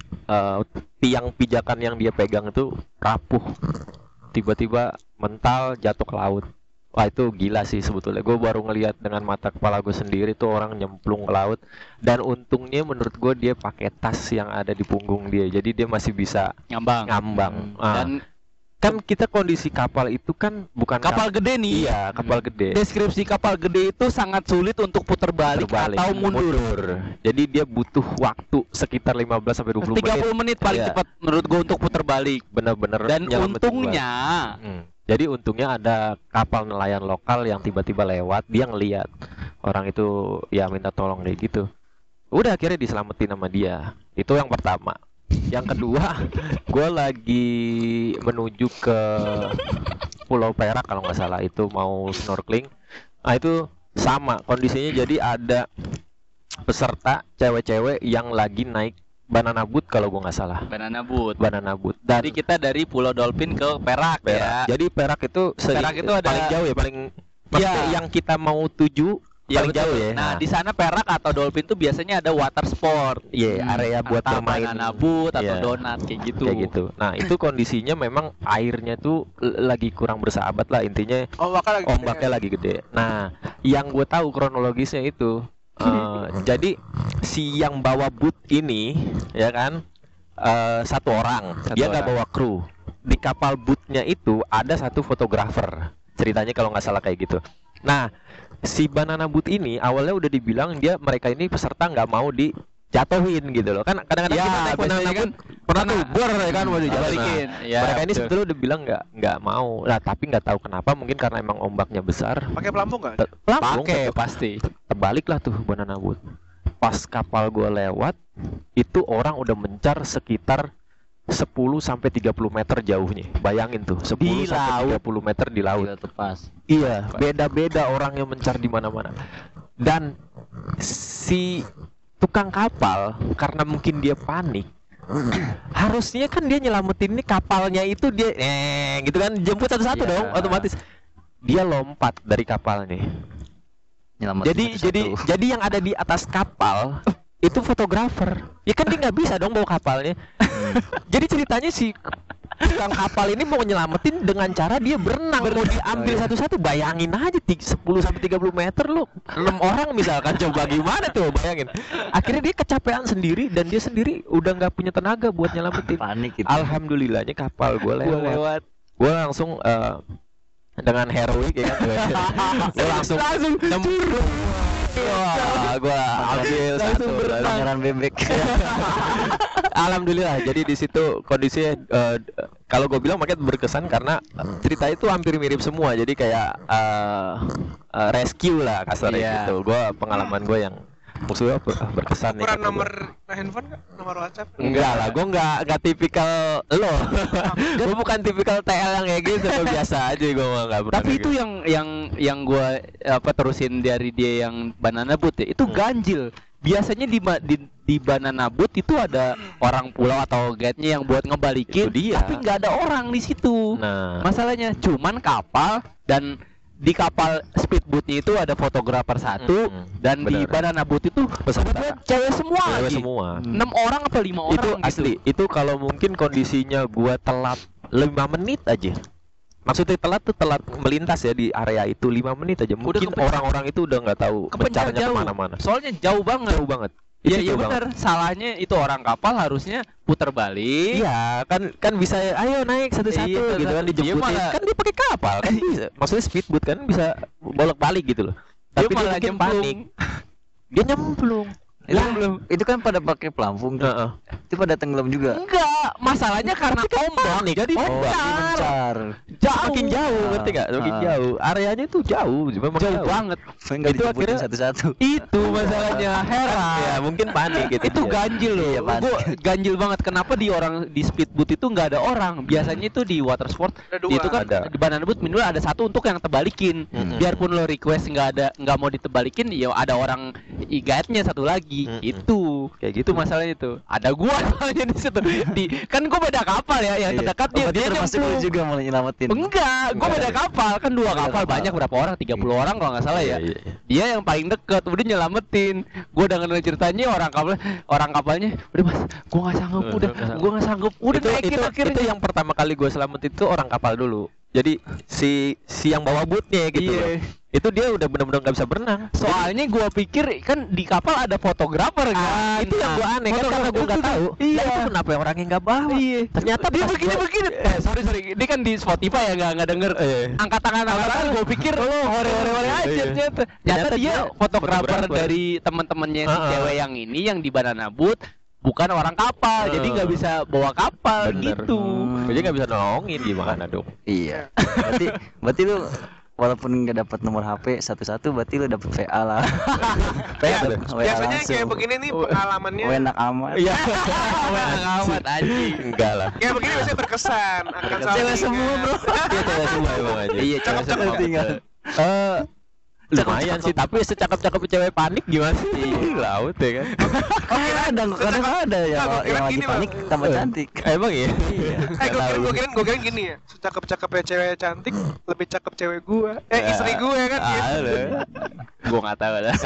tiang pijakan yang dia pegang itu rapuh. Tiba-tiba mental jatuh ke laut. Wah itu gila sih sebetulnya. Gue baru ngelihat dengan mata kepala gue sendiri tuh orang nyemplung ke laut. Dan untungnya menurut gue dia pakai tas yang ada di punggung dia. Jadi dia masih bisa Ngambang. Dan kan kita kondisi kapal itu kan bukan Kapal gede nih. Iya kapal gede. Deskripsi kapal gede itu sangat sulit untuk putar balik Terbalik, atau mundur. Jadi dia butuh waktu sekitar 15 sampai 20 menit. 30 menit paling Iya. cepat menurut gue untuk putar balik. Bener-bener Dan nyelamatin untungnya Jadi untungnya ada kapal nelayan lokal yang tiba-tiba lewat, dia ngelihat orang itu ya minta tolong deh gitu. Udah akhirnya diselamatin sama dia. Itu yang pertama. Yang kedua, gue lagi menuju ke Pulau Perak kalau nggak salah itu mau snorkeling. Nah itu sama kondisinya, jadi ada peserta cewek-cewek yang lagi naik banana boat kalau gue nggak salah. Banana boat. Dan Jadi kita dari Pulau Dolphin ke Perak, ya. Jadi Perak itu Perak itu ada- paling jauh ya, paling maksudnya Iya. yang kita mau tuju paling betul. jauh ya. Nah, di sana Perak atau Dolphin tuh biasanya ada water sport. Iya, area buat Entah bermain banana boat atau Iya. donat kayak gitu. kayak gitu. Nah, itu kondisinya memang airnya tuh lagi kurang bersahabat lah intinya. Ombaknya lagi gede. Nah, yang gue tahu kronologisnya itu jadi si yang bawa boot ini ya kan satu orang, dia nggak orang. bawa kru. Di kapal bootnya itu ada satu fotografer. Ceritanya kalau nggak salah kayak gitu. Nah, si banana boot ini awalnya udah dibilang mereka ini peserta nggak mau dijatuhin gitu loh. Kan kadang-kadang Ya, kita naik banana biasanya boot pernah tuh bor ya kan mau dijatuhin. balikin. Nah, Ya, mereka ini betul. sebetulnya udah bilang nggak mau. Nah, tapi nggak tahu kenapa, mungkin karena emang ombaknya besar. Pakai pelampung nggak? Pelampung Pakai tetep. pasti. Terbalik lah tuh banana boat. Pas kapal gua lewat, itu orang udah mencar sekitar 10 sampai 30 meter jauhnya. Bayangin tuh, 10 Di sampai laut. 30 meter di laut. Gila tepas. Iya, beda-beda orang yang mencar di mana-mana. Dan si tukang kapal karena mungkin dia panik, harusnya kan dia nyelamatin ini kapalnya itu dia gitu kan, jemput satu-satu Iya. dong otomatis. Dia lompat dari kapalnya. Nyelamatin satu-satu. Jadi yang ada di atas kapal itu fotografer. Ya kan dia nggak bisa dong bawa kapalnya. Jadi ceritanya si tukang kapal ini mau nyelamatin dengan cara dia berenang, mau diambil satu-satu. Bayangin aja 10 sampai 30 meter lu 6 orang misalkan, coba gimana tuh bayangin. Akhirnya dia kecapean sendiri dan dia sendiri udah nggak punya tenaga buat nyelamatin. Panik itu. Alhamdulillahnya kapal gue lewat. Gue langsung dengan heroik ya kan. Gue langsung nyemplung. Wah, gue ambil satu. Pangeran bebek. Alhamdulillah. Jadi di situ kondisinya kalau gue bilang makanya berkesan karena cerita itu hampir mirip semua. Jadi kayak rescue lah kasarnya Iya. gitu. Pengalaman gue yang Maksudnya apa? Berkesan nih. Ukuran kata gua. nomor handphone nggak? Nomor WhatsApp? Enggak lah, gue enggak tipikal lo. Gue bukan tipikal TL yang kayak gitu, gue biasa aja gue enggak pernah. Tapi kayak itu gitu. yang gue terusin dari dia yang Banana Boat ya, itu ganjil. Biasanya di Banana Boat itu ada orang pulau atau guide-nya yang buat ngebalikin, Itu dia. tapi nggak ada orang di situ. Nah, Masalahnya cuman kapal, dan di kapal speedboatnya itu ada fotografer satu, dan di benar. Banana Boat itu Peserta. kebetulan cewek semua cewek lagi. semua. 6 orang atau 5 orang Itu gitu. asli. Itu kalau mungkin kondisinya gua telat 5 menit aja. Maksudnya telat tuh telat melintas ya di area itu 5 menit aja. Mungkin kepencar. orang-orang itu udah nggak tahu Kepencar mencarnya jauh. kemana-mana. Soalnya jauh banget. Jauh banget. Iya Itu iya jauh benar. Salahnya itu orang kapal harusnya putar balik. Iya, kan bisa ayo naik satu-satu Iya, gitu kan dia dijemputin. malah- Kan dia pakai kapal kan bisa. Maksudnya speedboat kan bisa bolak-balik gitu loh. Dia Tapi dia malah mungkin nyemplung. panik. Dia nyemplung. Itu kan pada pakai pelampung tuh. Heeh. Itu pada tenggelam juga. Enggak, masalahnya karena ombak. Jadi Oh, ombak. ini mencar. Makin jauh, ngerti nggak? Makin Ah. jauh. Areanya tuh jauh, memang Jauh banget. Enggak Itu dijemputin akhirnya- satu-satu. Itu masalahnya, heran. Ya, mungkin panik gitu. Itu dia. ganjil loh. Iya, pasti. Gua ganjil banget. Kenapa di speedboat itu nggak ada orang? Biasanya itu di water sport Ada dua. itu kan Ada. di Banana Boat minimal ada satu untuk yang tebalikin. Mm-mm. Biarpun lo request nggak mau ditebalikin, ya ada orang guide-nya satu lagi. Mm-mm. Itu Kayak itu masalahnya itu. Ada gua soalnya di situ. Kan gua beda kapal ya, yang Iya. terdekat Oh, berarti dia termasuk lu nyemplung. juga mau nyelamatin. Enggak, gua Enggak. beda kapal. Kan dua Beda kapal kapal. banyak berapa orang? 30 orang kalau nggak salah ya. Iya, iya. Dia yang paling deket, udah nyelamatin. Gua udah ngedenger ceritanya orang kapalnya, udah mas, gua nggak sanggup, gua nggak sanggup, udah naikin akhirnya. itu yang pertama kali gue selamatin itu orang kapal dulu. Jadi si yang bawa bootnya gitu. Iya. loh. Itu dia udah benar-benar nggak bisa berenang. Soalnya gua pikir kan di kapal ada fotografer kan. Itu yang gue aneh kan, karena gue nggak Fotografer tahu. itu. Iya. Lah, itu kenapa yang orangnya nggak bawa? Iya. Ternyata Dia pas begini gua- begini. Sorry. Ini kan di Spotify ya nggak denger. Angkat tangan. Gue pikir lo hore aja Iya. ternyata. Ternyata Ternyata dia dia fotografer fotografer. dari teman-temannya si Heeh. cewek yang ini yang di Banana Boat. Bukan orang kapal, jadi nggak bisa bawa kapal Bener. gitu. Jadi nggak bisa nolongin gimana dong? Iya. Berarti lu walaupun nggak dapat nomor HP satu-satu, berarti lu dapat VA lah. Ya, bener. WA biasanya langsung. kayak begini nih pengalamannya. Enak amat. Iya. Amat anjing. Enggak lah. Kayak begini biasanya berkesan. Akan selalu Cewek semua, diingat. bro. Iya cewek semua emang aja. Iya, cewek Cakep-cakep semua. tinggal. Lumayan sih, tapi secakep-cakep cewek panik gimana sih? Di laut ya kan? Kadang ada ya Nggak, gua kira yang lagi gini, Bang. panik tambah cantik. Emang ya? Gue kira gini ya, secakep-cakepnya cewek cantik, lebih cakep cewek gua. Istri gue kan gitu. Gue nggak tahu lah.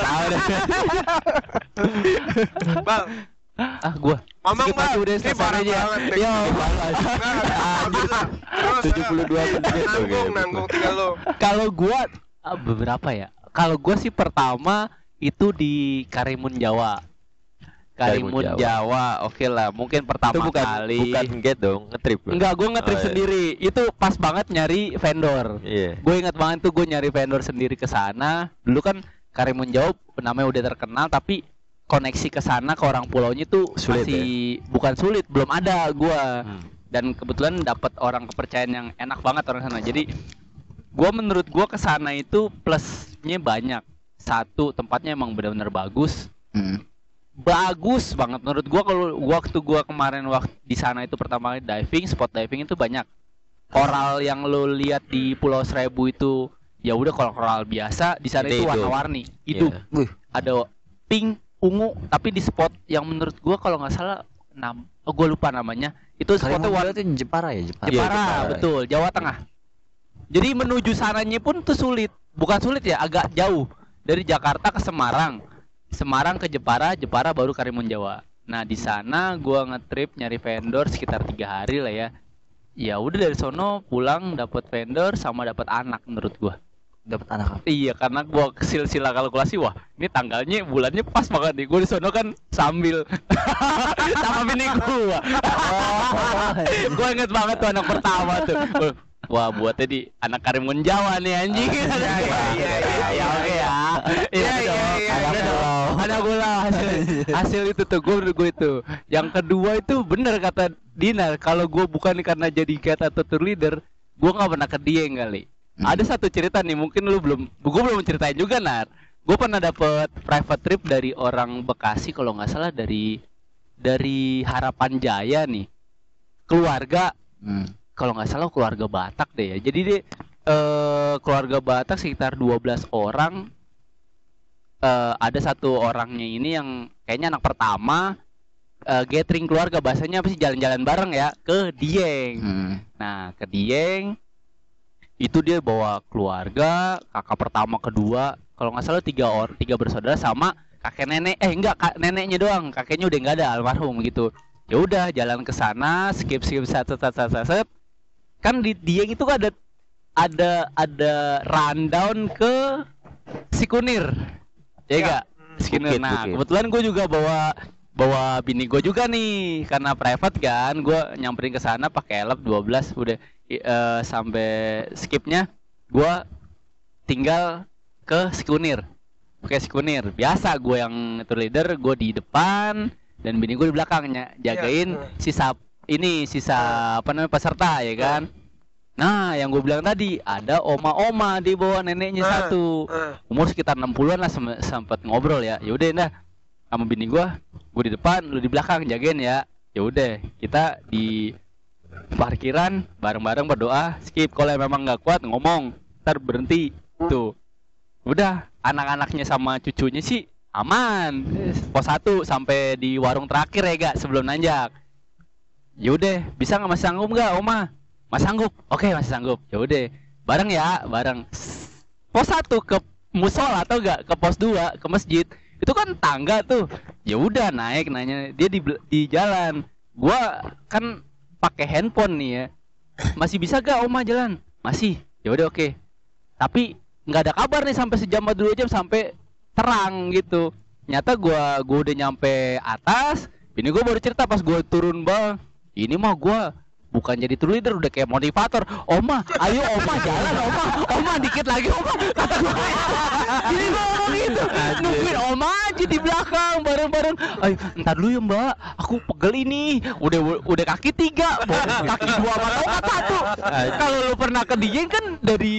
Bang, Gue. ngomong Skip bang, aja udah, ini selesai parah aja. banget. Yo, Anjir. 72 menit. Nanggung tinggal lo. Kalau gua beberapa ya. Kalau gua sih pertama itu di Karimun Jawa. Karimun Karimun Jawa, oke lah. Mungkin pertama Itu bukan kali. gate dong, ngetrip. Enggak, gua nge-trip Oh, iya. sendiri. Itu pas banget nyari vendor. Iya. Gue ingat banget tuh gue nyari vendor sendiri ke sana. Dulu kan Karimun Jawa namanya udah terkenal, tapi koneksi ke sana ke orang pulaunya tuh Sulit, masih bukan sulit, belum ada gua. Dan kebetulan dapat orang kepercayaan yang enak banget orang sana. Jadi menurut gua ke sana itu plusnya banyak. Satu, tempatnya emang benar-benar bagus. Bagus banget menurut gua. Kalau waktu gua kemarin di sana itu pertama kali diving, spot diving itu banyak. Koral yang lo lihat di Pulau Seribu itu ya udah koral biasa, di sana itu Itu. warna-warni. Itu Iya. Wih, ada pink, ungu, tapi di spot yang menurut gua kalau nggak salah gua lupa namanya. Itu spotnya Karimun warna Jawa itu Jepara ya, Jepara. Iya, Jepara, Jepara. betul, Jawa Tengah. Jadi menuju sananya pun tuh sulit. Bukan sulit ya, agak jauh. Dari Jakarta ke Semarang. Semarang ke Jepara, Jepara baru Karimun Jawa. Nah, di sana gua nge-trip nyari vendor sekitar 3 hari lah ya. Ya udah dari sono pulang dapat vendor sama dapat anak menurut gua. Dapat anak apa? Iya, karena gua silsilah kalkulasi, wah, ini tanggalnya bulannya pas banget nih. Gua di sono kan sambil sama bini gua. Gua inget banget tuh anak pertama tuh. Wah, buatnya di anak Karimun Jawa nih anjing. iya. Ya oke ya. Iya dong. iya, Ada dong. Ada gula hasil itu tuh gue itu. Yang kedua itu bener kata Dinar, kalau gue bukan karena jadi guide atau tour leader, gue nggak pernah ke Dieng kali. Ada satu cerita nih, mungkin gue belum ceritain juga, Nar. Gue pernah dapet private trip dari orang Bekasi kalau nggak salah dari Harapan Jaya nih. Keluarga kalau nggak salah keluarga Batak deh ya. Jadi dia keluarga Batak sekitar 12 orang. Ada satu orangnya ini yang kayaknya anak pertama, gathering keluarga, bahasanya apa sih, jalan-jalan bareng ya ke Dieng. Nah ke Dieng itu dia bawa keluarga, kakak pertama kedua, kalau nggak salah tiga bersaudara sama kakek nenek, neneknya doang, kakeknya udah nggak ada, almarhum gitu. Ya udah jalan ke sana, skip set. Kan di Dieng itu ada rundown ke Sikunir, ya enggak? Sikunir. Nah, kebetulan gue juga bawa bini gue juga nih, karena private kan, gue nyamperin ke sana pakai helm 12 udah sampai skipnya gue tinggal ke Sikunir. Oke, Sikunir. Biasa gue yang tour leader, gue di depan dan bini gue di belakangnya jagain sisa peserta ya kan. Nah, yang gue bilang tadi ada oma-oma di bawah neneknya satu. Umur sekitar 60-an lah, sempat ngobrol ya. Ya udah dah. Sama bini gue di depan, lu di belakang jagain ya. Ya udah, kita di parkiran bareng-bareng berdoa, skip. Kalau memang nggak kuat ngomong, ntar berhenti. Tuh. Udah, anak-anaknya sama cucunya sih aman. Pos 1 sampai di warung terakhir ya gak, sebelum nanjak. Ya udah, bisa nggak, masih sanggup nggak, Oma? Mas sanggup, oke masih sanggup. Ya udah, bareng. Pos 1 ke musola atau enggak, ke pos 2 ke masjid. Itu kan tangga tuh. Ya udah naik, nanya dia di jalan. Gua kan pakai handphone nih ya. Masih bisa gak Oma jalan? Masih. Ya udah oke. Tapi nggak ada kabar nih sampai sejam atau 2 jam sampai terang gitu. Nyata gua udah nyampe atas. Ini gua baru cerita pas gua turun bang. Ini mah gua bukan jadi tour leader, udah kayak motivator. Oma, ayo Oma jalan, Oma dikit lagi Oma. Kata gue jadi gue ngomong gitu, nungguin Oma aja di belakang bareng-bareng. Ayo entar dulu ya Mbak, aku pegel ini. Udah kaki 3, kaki 2 sama tongkat 1. Kalau lu pernah ke Dieng kan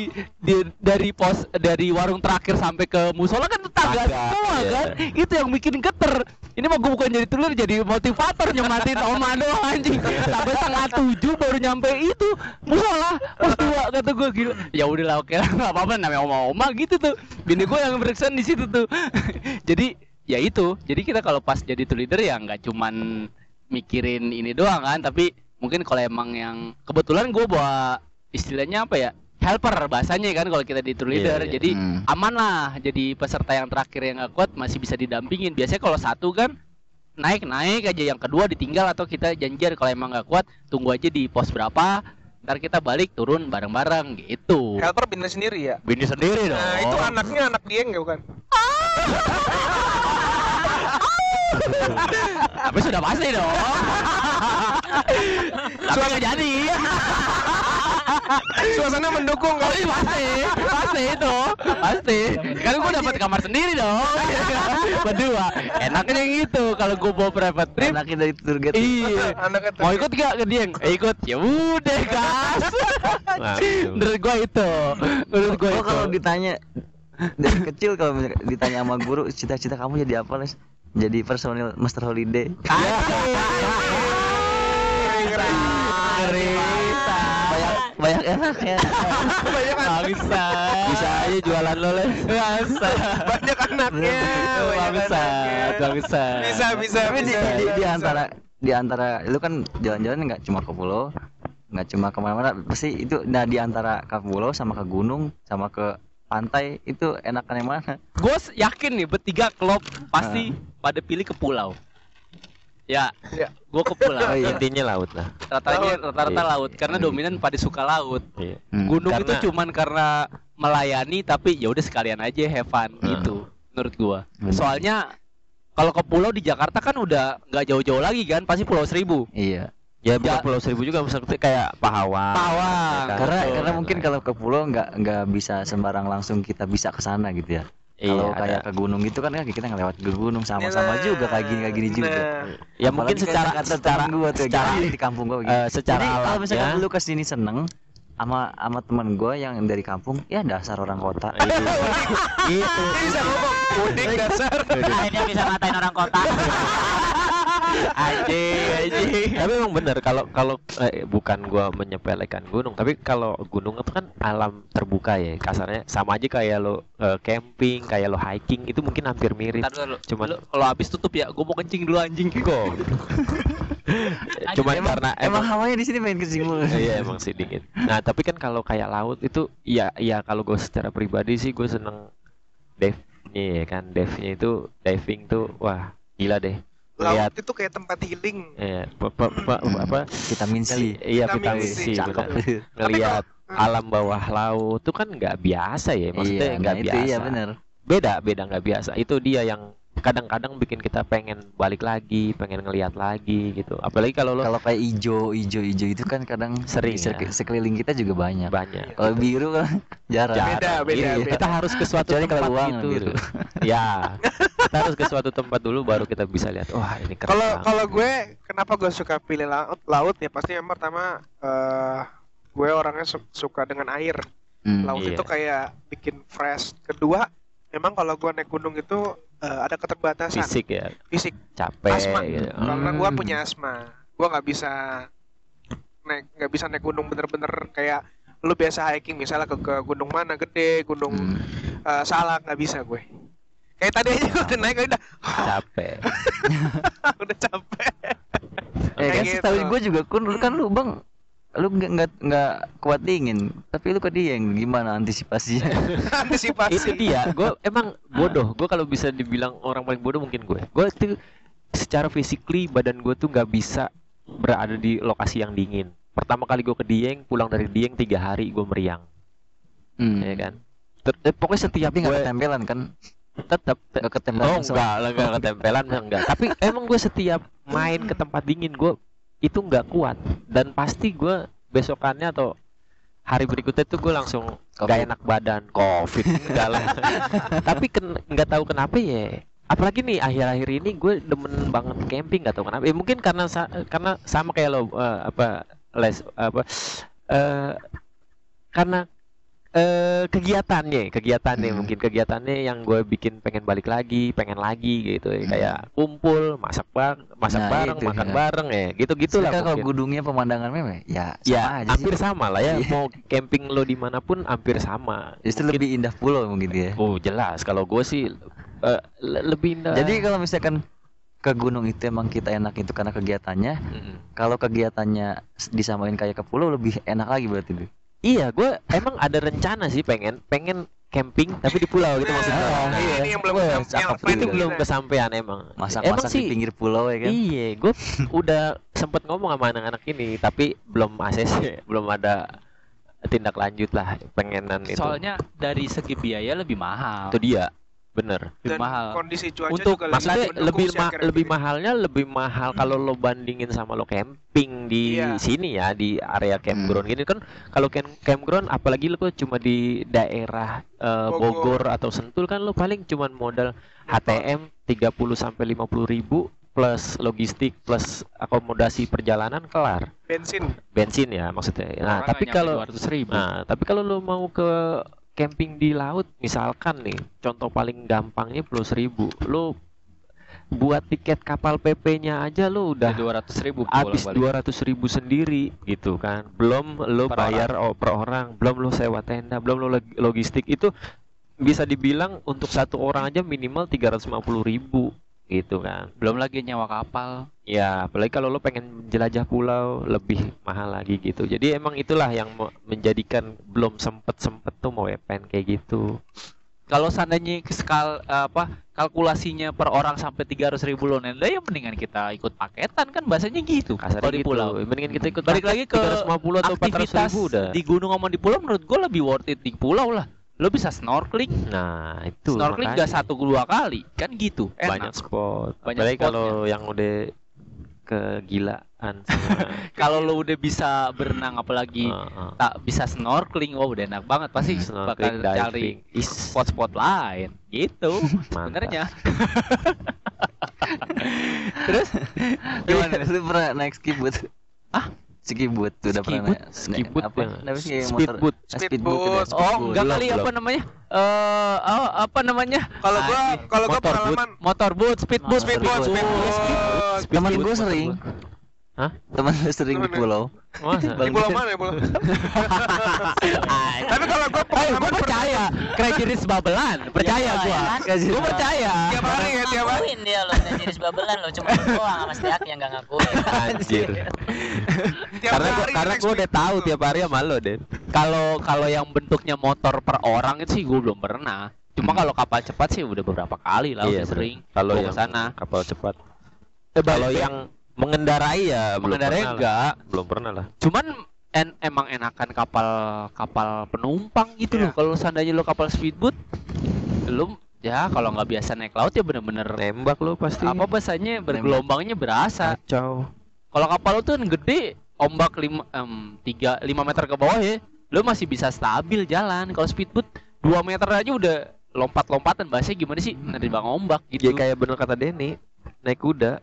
dari warung terakhir sampai ke musola kan tangga semua kan. Itu yang bikin geter. Ini mah gue bukan jadi tour leader, jadi motivator, nyematin Oma doang anjing. Sampai 6:30 baru nyampe itu musola pos 2, kata gue gila. Ya udahlah oke lah, nggak apa-apa namanya oma-oma gitu tuh. Bini gue yang berkesan di situ tuh. Jadi ya itu. Jadi kita kalau pas jadi tour leader ya nggak cuman mikirin ini doang kan, tapi mungkin kalau emang yang kebetulan gue bawa istilahnya apa ya, helper bahasanya kan kalau kita di tour leader. Jadi aman lah. Jadi peserta yang terakhir yang nggak kuat masih bisa didampingin. Biasanya kalau satu kan naik aja, yang kedua ditinggal atau kita janjian kalau emang nggak kuat tunggu aja di pos berapa, ntar kita balik turun bareng-bareng gitu. Helper bini sendiri ya? Bini sendiri dong. Nah itu anaknya anak Dieng ya bukan? Tapi sudah pasti dong. Tapi nggak jadi. Suasana mendukung kan? Pasti itu, pasti. Kan gue dapat kamar sendiri dong. Berdua. Enaknya yang itu kalau gue bawa private trip. Anaknya dari tour guide. Iya. Mau ikut gak ke Dieng? Ikut. Ya udah gas. Menurut gue itu. Kalau ditanya dari kecil, kalau misalnya ditanya sama guru, cita-cita kamu jadi apa, Les? Jadi personil Master Holiday. Banyak enaknya. Bisa aja jualan lo Les. Banyak anaknya. Bisa. Tapi di antara lu kan jalan-jalan nggak cuma ke pulau, nggak cuma kemana-mana, pasti itu. Nah di antara ke pulau sama ke gunung sama ke pantai itu enakan yang mana? Gue yakin nih bertiga klub pasti pada pilih ke pulau. Ya. Gue ke pulau. Intinya laut lah. Rata-rata laut karena dominan pada suka laut. Gunung itu cuman karena melayani, tapi ya udah sekalian aja have fun gitu menurut gua. Soalnya kalau ke pulau di Jakarta kan udah nggak jauh-jauh lagi kan, pasti Pulau Seribu. Iya. Ya bukan Pulau Seribu juga, seperti kayak Pahawang. Karena mungkin kalau ke pulau nggak bisa sembarang langsung kita bisa ke sana gitu ya. Kalau kayak ke gunung gitu kan kita ngelewat ke gunung sama-sama juga kayak gini juga. Ya mungkin secara gua tuh di kampung gua gitu. secara Jadi kalau misalkan lu kesini seneng, sama teman gue yang dari kampung, ya dasar orang kota. Gitu. Bisa ngomong udik dasar. Akhirnya bisa ngatain orang kota. Anjing. Tapi emang bener kalau bukan gua menyepelekan gunung, tapi kalau gunung itu kan alam terbuka ya. Kasarnya sama aja kayak lo camping, kayak lo hiking itu mungkin hampir mirip. Ntar dulu. Cuman Kalau habis tutup ya, gue mau kencing dulu anjing. kok. Cuman karena Emang hawanya di sini pengen kencing mulu. iya emang sih dingin. Nah tapi kan kalau kayak laut itu ya kalau gue secara pribadi sih gue seneng dive-nya ya kan. Dive-nya itu diving tuh wah gila deh. Laut Lihat itu kayak tempat healing. apa Vitamin C. iya Vitamin vitamin C, C Cakep. benar. Ngelihat alam bawah laut tuh kan nggak biasa ya maksudnya Iya, nggak nah itu biasa. iya bener. Beda nggak biasa. Itu dia yang kadang-kadang bikin kita pengen balik lagi, pengen ngelihat lagi gitu. Apalagi kalau lo Kalau kayak ijo itu kan kadang Sering, di ya. sekeliling kita juga banyak. banyak. Kalau biru kan jarang. Jarang. Beda, Iya, beda. Kita harus ke suatu Kecuali tempat kalau uang gitu. biru. Ya, kita harus ke suatu tempat dulu baru kita bisa lihat. Wah ini keren. banget. Kalau gue kenapa gue suka pilih laut ya pasti yang pertama gue orangnya suka dengan air. Laut Iya. itu kayak bikin fresh. Kedua, memang kalau gue naik gunung itu ada keterbatasan fisik ya, fisik. capek Asma. gitu. Karena gue punya asma, gue nggak bisa naik gunung bener-bener kayak lu biasa hiking misalnya ke gunung mana gede, gunung Salak nggak bisa gue. Kayak tadi aja gue udah naik udah Capek. udah capek. Kan Kayak gitu. setahu gue juga kan lu bang, lu nggak kuat dingin, tapi lu ke Dieng gimana antisipasinya? Antisipasi. Itu dia. Gue emang bodoh. Gue kalau bisa dibilang orang paling bodoh mungkin gue. Gue itu secara physically badan gue tuh nggak bisa berada di lokasi yang dingin. Pertama kali gue ke Dieng, pulang dari Dieng 3 hari gue meriang, ya kan. Pokoknya setiap Tapi nggak gue ketempelan kan? tetap Nggak ketempelan. oh enggak ketempelan enggak. Tapi emang gue setiap main ke tempat dingin gue itu nggak kuat dan pasti gue besokannya atau hari berikutnya tuh gue langsung Covid. gak enak badan. Covid enggak lah. Tapi nggak tahu kenapa ya. Apalagi nih akhir-akhir ini gue demen banget camping, nggak tahu kenapa. Mungkin karena sama kayak lo karena kegiatannya mungkin kegiatannya yang gue bikin pengen balik lagi, pengen lagi gitu ya. Kayak kumpul, masak Nah, bareng, itu, makan ya. bareng ya, gitu-gitulah Kan kalau mungkin. gunungnya pemandangan memang ya sama Ya, aja hampir sih. sama lah ya. Iya. Mau camping lo dimanapun hampir sama. Justru Mungkin- lebih indah pulau mungkin ya. Oh jelas. Kalau gue sih lebih indah. Jadi kalau misalkan ke gunung itu emang kita enak itu karena kegiatannya. Mm-mm. Kalau kegiatannya disamain kayak ke pulau lebih enak lagi berarti tuh. Iya, gue emang ada rencana sih pengen camping tapi di pulau gitu maksudnya. Nah, ini yang belum Wah, kesampean, cakep planning Itu tuh. belum kita. kesampaian emang. Masak-masak Emang sih, di pinggir pulau ya kan. iya, gue udah sempet ngomong sama anak-anak ini, tapi belum ACC, belum ada tindak lanjut lah pengenan itu. Soalnya dari segi biaya lebih mahal. Itu dia, bener. Lebih Dan mahal. kondisi cuaca Untuk juga Maksudnya mendukung lebih sih akhir-akhir lebih ini. mahalnya lebih mahal kalau lo bandingin sama lo camping di Iya. sini ya di area campground gini kan. Kalau campground apalagi lo cuma di daerah Bogor atau Sentul kan lo paling cuma modal HTM 30 sampai 50 ribu plus logistik plus akomodasi perjalanan kelar. Bensin ya maksudnya. Nah, Orang tapi nggak nyampe kalau 200.000. tapi kalau lo mau ke camping di laut misalkan nih, contoh paling gampangnya 10.000. Lo buat tiket kapal PP-nya aja lo udah 200.000 habis bolak-balik. 200.000 sendiri gitu kan. Belum lo Per bayar per orang, belum lo sewa tenda, belum lo logistik. Itu bisa dibilang untuk satu orang aja minimal 350.000 gitu kan. Belum lagi nyewa kapal. Ya, apalagi kalau lo pengen jelajah pulau lebih mahal lagi gitu. Jadi emang itulah yang menjadikan belum sempet tuh mau pengen kayak gitu. Kalau seandainya kalkulasinya per orang sampai 300.000 lo nenda, ya mendingan kita ikut paketan kan bahasanya gitu. Kasarnya Kalau di gitu. pulau. Mendingan kita ikut Balik paket lagi ke 350 atau 400 aktivitas ribu udah. di gunung sama di pulau, menurut gue lebih worth it di pulau lah. Lo bisa snorkeling, Nah, itu snorkeling makanya. gak 1-2 kali kan gitu. Banyak Enak. spot. Banyak Apalagi spotnya. kalau yang udah kegilaan sama Kalau lo udah bisa berenang apalagi Heeh. tak bisa snorkeling, wah udah enak banget. Pasti Snorkeling, bakal cari diving. Is, spot-spot lain gitu mantap. sebenarnya. Terus gimana? Lu pernah naik skibut? Skibut udah pernah. Skibut apa? ya. Namanya sih kayak Speedboat. motor. Speedboat. Speedboat. Oh, enggak Belum, kali belum. apa namanya? Apa namanya? Kalau gua Motorboat. pengalaman Motorboat, speedboat, speedboat. Teman gue sering. Hah? Teman gue sering di pulau. Masa? Di pulau mana ya, pulau? Tapi kalau gua Gue pengalaman percaya, Crazy Rich Babelan, percaya Iya, gua. ya kan? Gue percaya. tiap hari ya, tiap hari. Ngakuin dia loh, jadi babelan loh, cuma lu doang sama Stiak yang nggak ngakuin. Anjir. Tiap Karena hari naik gua udah tahu speedboat. tiap hari sama lo, Den. Kalau yang bentuknya motor per orang itu sih gue belum pernah. Cuma kalau kapal cepat sih udah beberapa kali lah, udah bener. sering. Kalau Gua yang kesana. kapal cepat. Kalau yang mengendarai ya Mengendarai belum pernah enggak. lah. Belum pernah lah. Cuman emang enakan kapal penumpang gitu loh. Iya. Kalau seandainya lo kapal speedboat, lo ya kalau nggak biasa naik laut ya bener-bener Nembak lo pasti. apa bahasanya bergelombangnya berasa. Kacau. Kalau kapal lo tuh kan gede, ombak 5 meter ke bawah ya, lo masih bisa stabil jalan. Kalau speedboat 2 meter aja udah lompat-lompatan, bahasanya gimana sih? Nerima ombak Ya gitu. kayak bener kata Denny, naik kuda.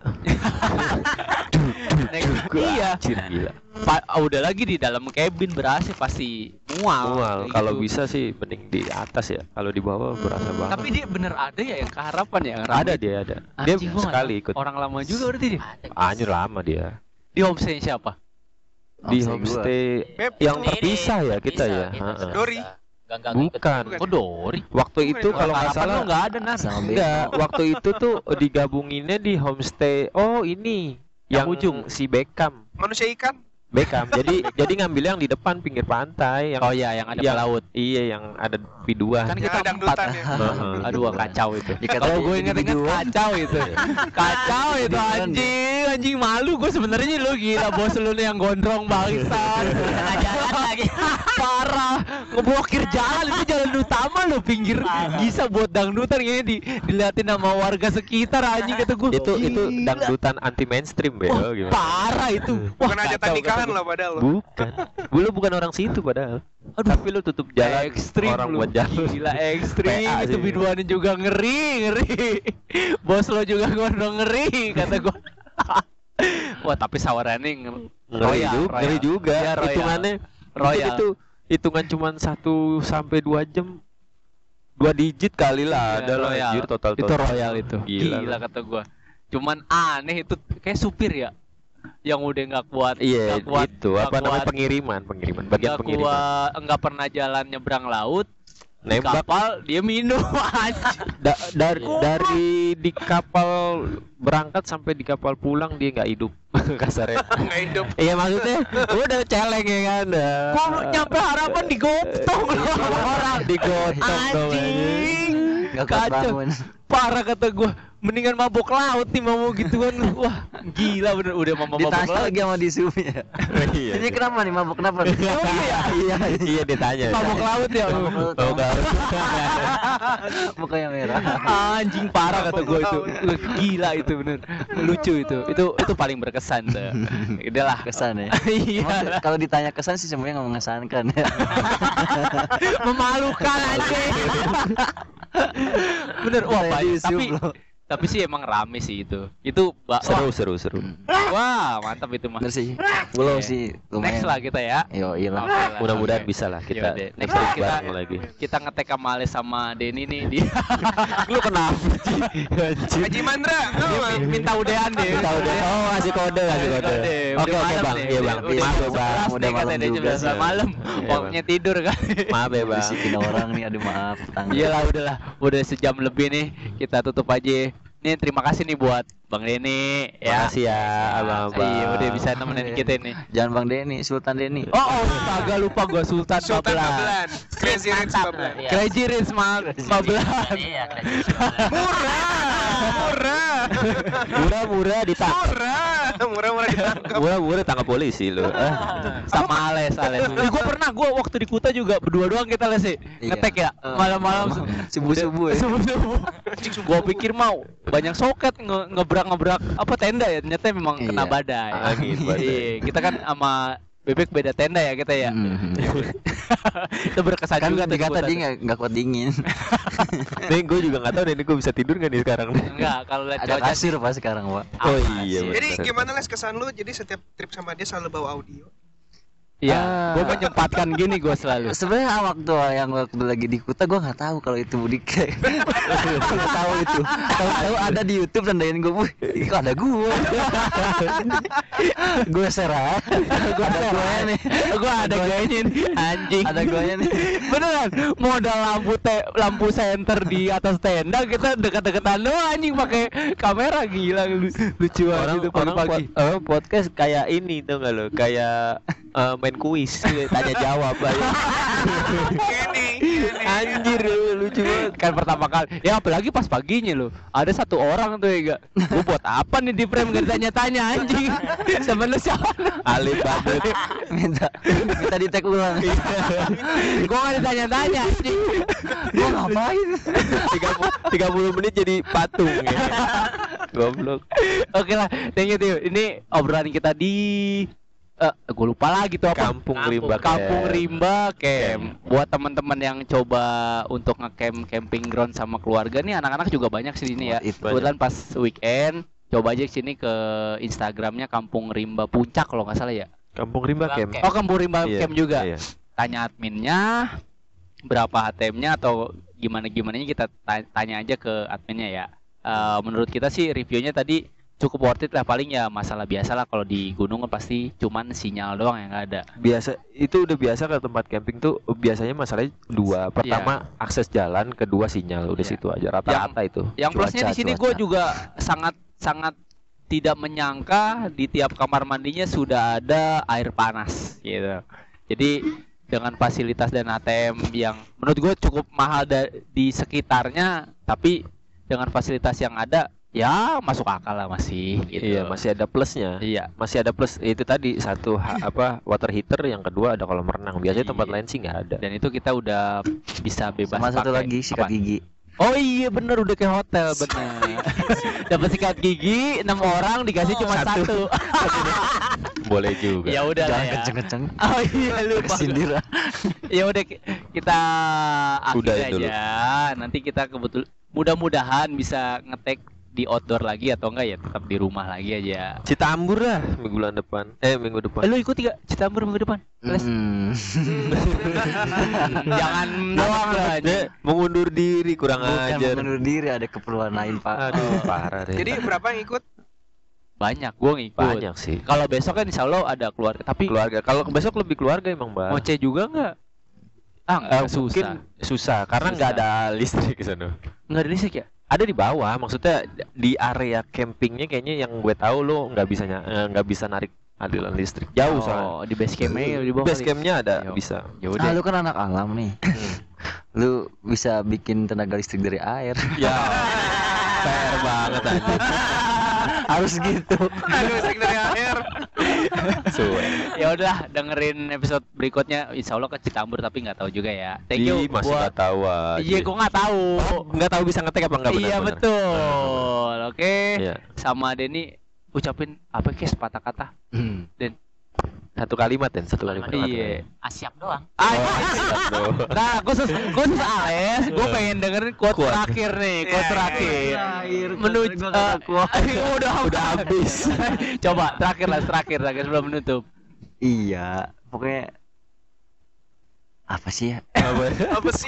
Iya. Anjir, gila. Udah lagi di dalam cabin berasa pasti mual. Mual. kayak Kalau gitu. bisa sih mending di atas ya. Kalau di bawah berasa banget. Tapi dia bener ada ya yang keharapan ya? Yang ada rame? dia ada. Anjing, Dia gua nggak sekali tahu. ikut. Orang lama juga berarti dia. Ada, Anjir lama dia. Di homestay siapa? Di Homestay gua. homestay Beb, yang Sendiri, terpisah ya kita bisa, ya. kita Ha-ha. Dori. Gak Bukan. Oh Dori. Waktu Bukan itu itu. kalau nggak Harapan salah lo nggak ada Nar. Sama enggak, waktu itu tuh digabunginnya di homestay. Oh, ini yang ujung si Beckham. Manusia ikan. Beckham. Jadi ngambil yang di depan pinggir pantai yang Oh iya yang ada yang- pelaut. Iya, yang ada biduan. Kan Yang kita ada empat. dangdutan ya. Heeh. Aduh kacau itu. Dikata Kalau dia gue inget-inget individuan. kacau itu. Kacau itu anjing malu gue sebenarnya lu gila bos lu nih yang gondrong bangsat. jalan lagi. Parah, ngeblokir jalan itu jalan utama lo pinggir bisa buat dangdutan kayaknya diliatin sama warga sekitar anjing kata gue. Itu dangdutan anti mainstream, Bel, gimana? Parah itu. Bukan aja kacau, nikahan kata lah padahal. Bukan. Gue bukan orang situ padahal. Tapi lu tutup gua. jalan Ekstrim orang lu. buat jalan. Gila ekstrim PA itu sih. biduannya juga ngeri. Bos lo juga gondrong ngeri kata gue. Wah tapi sawarannya Ngeri juga. Iya, royal. Hitungannya Royal. itu hitungan cuman 1 sampai 2 jam. 2 digit kali lah Iya, ada lah royal. anjir total. Itu royal itu. Gila, Gila kata gua. Cuman aneh itu kayak supir ya. Yang udah nggak kuat. Iya, nggak kuat, itu nggak apa namanya kuat, pengiriman, bagian nggak pengiriman. kuat, nggak pernah jalan nyebrang laut. Di Nembak kapal dia minum anjing. dari di kapal berangkat sampai di kapal pulang dia nggak hidup kasarnya. Nggak hidup. Iya maksudnya udah celeng ya kan. Gua nyampe harapan digotong sama orang. Digotong dong, Anjing. Nggak kuat Kacau. bangun. Parah kata gua. Mendingan mabok laut nih mau gituan. Wah, gila bener udah mabok Ditanya laut. lagi sama disumnya. Iya. Ini kenapa nih mabuk kenapa? Iya ditanya. Mabok laut ya. Mabuk laut. Oh, enggak. Mukanya merah. Anjing parah kata gua itu. Gila itu bener. Lucu itu. Itu paling berkesan tuh. Udahlah. Kesan ya. Iya. Emang kalau ditanya kesan sih semuanya nggak mengesankan ya. Memalukan anjing. Bener wah Saya banyak. diusiu, Tapi bro. tapi sih emang rame sih itu. Seru. Wah, mantap itu mah. Bener sih. Pulau sih Next lumayan. lah kita ya. Yo iyalah. Oke lah. Mudah-mudahan Oke. bisa lah kita Yaudah. next Next week kita bareng lagi. kita ngetek sama Ale sama Denny nih dia. Lu kenapa sih? Haji Mandra. Minta udahan deh. Minta udahan. Oh, ngasih kode. Oke, Bang. Iya, Bang. Maaf ya, Bang. Udah malam juga sih. malam. Iya, Waktunya tidur kan. Maaf ya, Bang. Bisikin orang nih, aduh maaf tetangga. Iyalah udahlah, udah sejam lebih nih. Kita tutup aja. Nih terima kasih nih buat Bang Denny ya. Makasih ya, Abang. Iya, udah bisa nemenin kita nih. Jangan Bang Denny, Sultan Denny. Oh, astaga lupa gua Sultan Sultan Babelan. Babelan. Crazy Rich Mantap Babelan. lah, iya. Crazy Rich Babelan. Iya, keren. Murah. Murah-murah ditangkap. Murah ditangkap. Murah-murah tangkap polisi lu. Sama Ales. Gua waktu di Kuta juga berdua doang kita les sih. Iya. Ngetek ya malam-malam Subuh-subuh ya. Subuh-subuh. Gua pikir mau banyak soket ngebrak apa tenda ya ternyata memang Iya. kena badai. Angin badai. Iya, kita kan sama Bebek beda tenda ya kita ya. Itu berkesan Kan juga tuh dikata liputan. dia nggak kuat dingin. Nih gue juga nggak tahu deh, ini gue bisa tidur nggak nih sekarang nih. Enggak, kalau lihat Ada cowoknya kasur pas sekarang, Pak. Oh aman iya, sih. bener. Jadi gimana Les kesan lu? Jadi setiap trip sama dia selalu bawa audio. Iya, gue menyempatkan gini gue selalu. Sebenarnya waktu lagi di Kuta gue nggak tahu kalau itu Budi kayak nggak tahu itu. Tahu ada di YouTube nandain gue, wih, kok ada gue. Gue serah. Gue ada gue nih. Gue ada gayanya nih, anjing. Ada guanya nih. Beneran, modal lampu senter di atas tenda kita dekat-dekatan doang anjing pakai kamera gila lucu Orang banget itu orang pagi-pagi. podcast kayak ini tuh nggak lo, kayak main kuis, tanya jawab lah ya. Gini. Anjir lucu banget. Kan pertama kali ya apalagi pas paginya lo ada satu orang tuh ya gak gue buat apa nih di frame gak ditanya-tanya anjing sama lu siapa Alim banget. minta di tag ulang. gue gak ditanya-tanya anjing Gue ngapain? 30 menit jadi patung ya. Goblok. oke lah thank you Tio. Ini obrolan kita di gue lupa lagi tuh apa Kampung Rimba Kampung Camp. Rimba Camp. Buat teman-teman yang coba untuk nge-camp camping ground sama keluarga nih, anak-anak juga banyak sih ini ya. Wah, itu Kebetulan pas weekend coba aja sini ke Instagramnya Kampung Rimba Puncak kalau nggak salah ya. Kampung Rimba Camp. Oh Kampung Rimba Iya, Camp juga. iya. Tanya adminnya berapa HTM-nya atau gimana-gimananya kita tanya aja ke adminnya ya. Menurut kita sih reviewnya tadi cukup worth it lah, paling ya masalah biasa lah kalau di gunung kan pasti cuman sinyal doang yang nggak ada. Biasa itu udah biasa ke tempat camping tuh biasanya masalahnya dua. Pertama akses jalan, kedua sinyal. Udah Iya. situ aja rata-rata itu. Yang plusnya di sini gue cuaca. juga sangat tidak menyangka di tiap kamar mandinya sudah ada air panas gitu. Jadi dengan fasilitas dan ATM yang menurut gue cukup mahal di sekitarnya, tapi dengan fasilitas yang ada ya masuk akal lah masih gitu. Iya, masih ada plusnya. Iya. Masih ada plus itu tadi satu water heater, yang kedua ada kolam renang. Biasanya tempat Iya. lain sih nggak ada. Dan itu kita udah bisa bebas Sama satu pakai lagi sikat apa? gigi. Oh iya bener udah kayak hotel bener. Dapat sikat gigi 6 orang dikasih cuma satu. Boleh juga. Ya udah lah Jangan ya. kenceng-kenceng. Oh iya lupa. Kesindir. Ya udah kita Udah akhiri dulu. aja. Nanti kita mudah-mudahan bisa ngetek di outdoor lagi atau enggak ya tetap di rumah lagi aja. Citambur lah minggu depan. Lu ikut gak Citambur minggu depan? Les. Jangan doang lah. Dia mengundur diri, kurang Bukan ajar. mengundur diri, ada keperluan lain, Pak. Aduh, parah deh. Jadi berapa yang ikut? Banyak gua ngikut. banyak sih. Kalau besok kan insya Allah ada keluarga. Tapi Keluarga. Kalau besok lebih keluarga emang, Bang. ngoceh juga enggak? Ah, enggak Mungkin susah karena Susah. nggak ada listrik di sana. Enggak ada listrik ya? Ada di bawah, maksudnya di area campingnya kayaknya yang gue tahu lo nggak bisa narik aliran listrik jauh soalnya. Oh, di base camp-nya di bawah. Base kali. campnya ada Yo. bisa. Ya Ah, udah. lu kan anak alam nih. Lu bisa bikin tenaga listrik dari air. Ya, fair banget aja. Harus gitu. Aduh, saya dari akhir. Ya udah dengerin episode berikutnya insya Allah ke Citambur tapi nggak tahu juga ya. Thank you Masih buat nggak tahu aja. Iya, gua nggak tahu. Nggak tahu bisa ngetek apa nggak benar. Iya betul. Oke. Iya. Sama Denny ucapin apa kes patah kata? Satu kalimat dan satu kalimat. Iya. Asyap doang. Nah, khusus Ales, gue pengen dengerin quote terakhir nih, quote terakhir. Menuju udah habis. Coba terakhir sebelum menutup. Iya, pokoknya apa sih ya? Apa sih?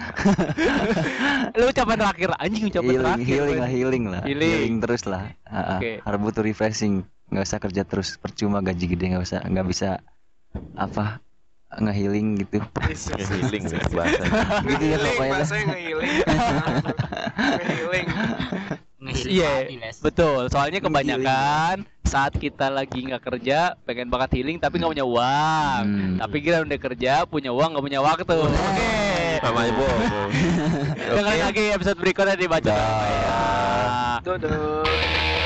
Lu ucapan terakhir anjing ucapan terakhir. Healing lah. Healing. Healing terus lah. Oke. Harus butuh refreshing. Nggak usah kerja terus percuma, gaji gede nggak bisa apa nge-healing gitu. Healing bahasa. Gitu ya pokoknya. Bahasanya nge-healing. Nge-healing. Ngehilir Iya, hati, Les. betul. Soalnya kebanyakan saat kita lagi nggak kerja, pengen banget healing tapi nggak punya uang. Tapi kita udah kerja, punya uang nggak punya waktu. Oke. Sama ibu. Dengerin lagi episode berikutnya di Baca. Tuh.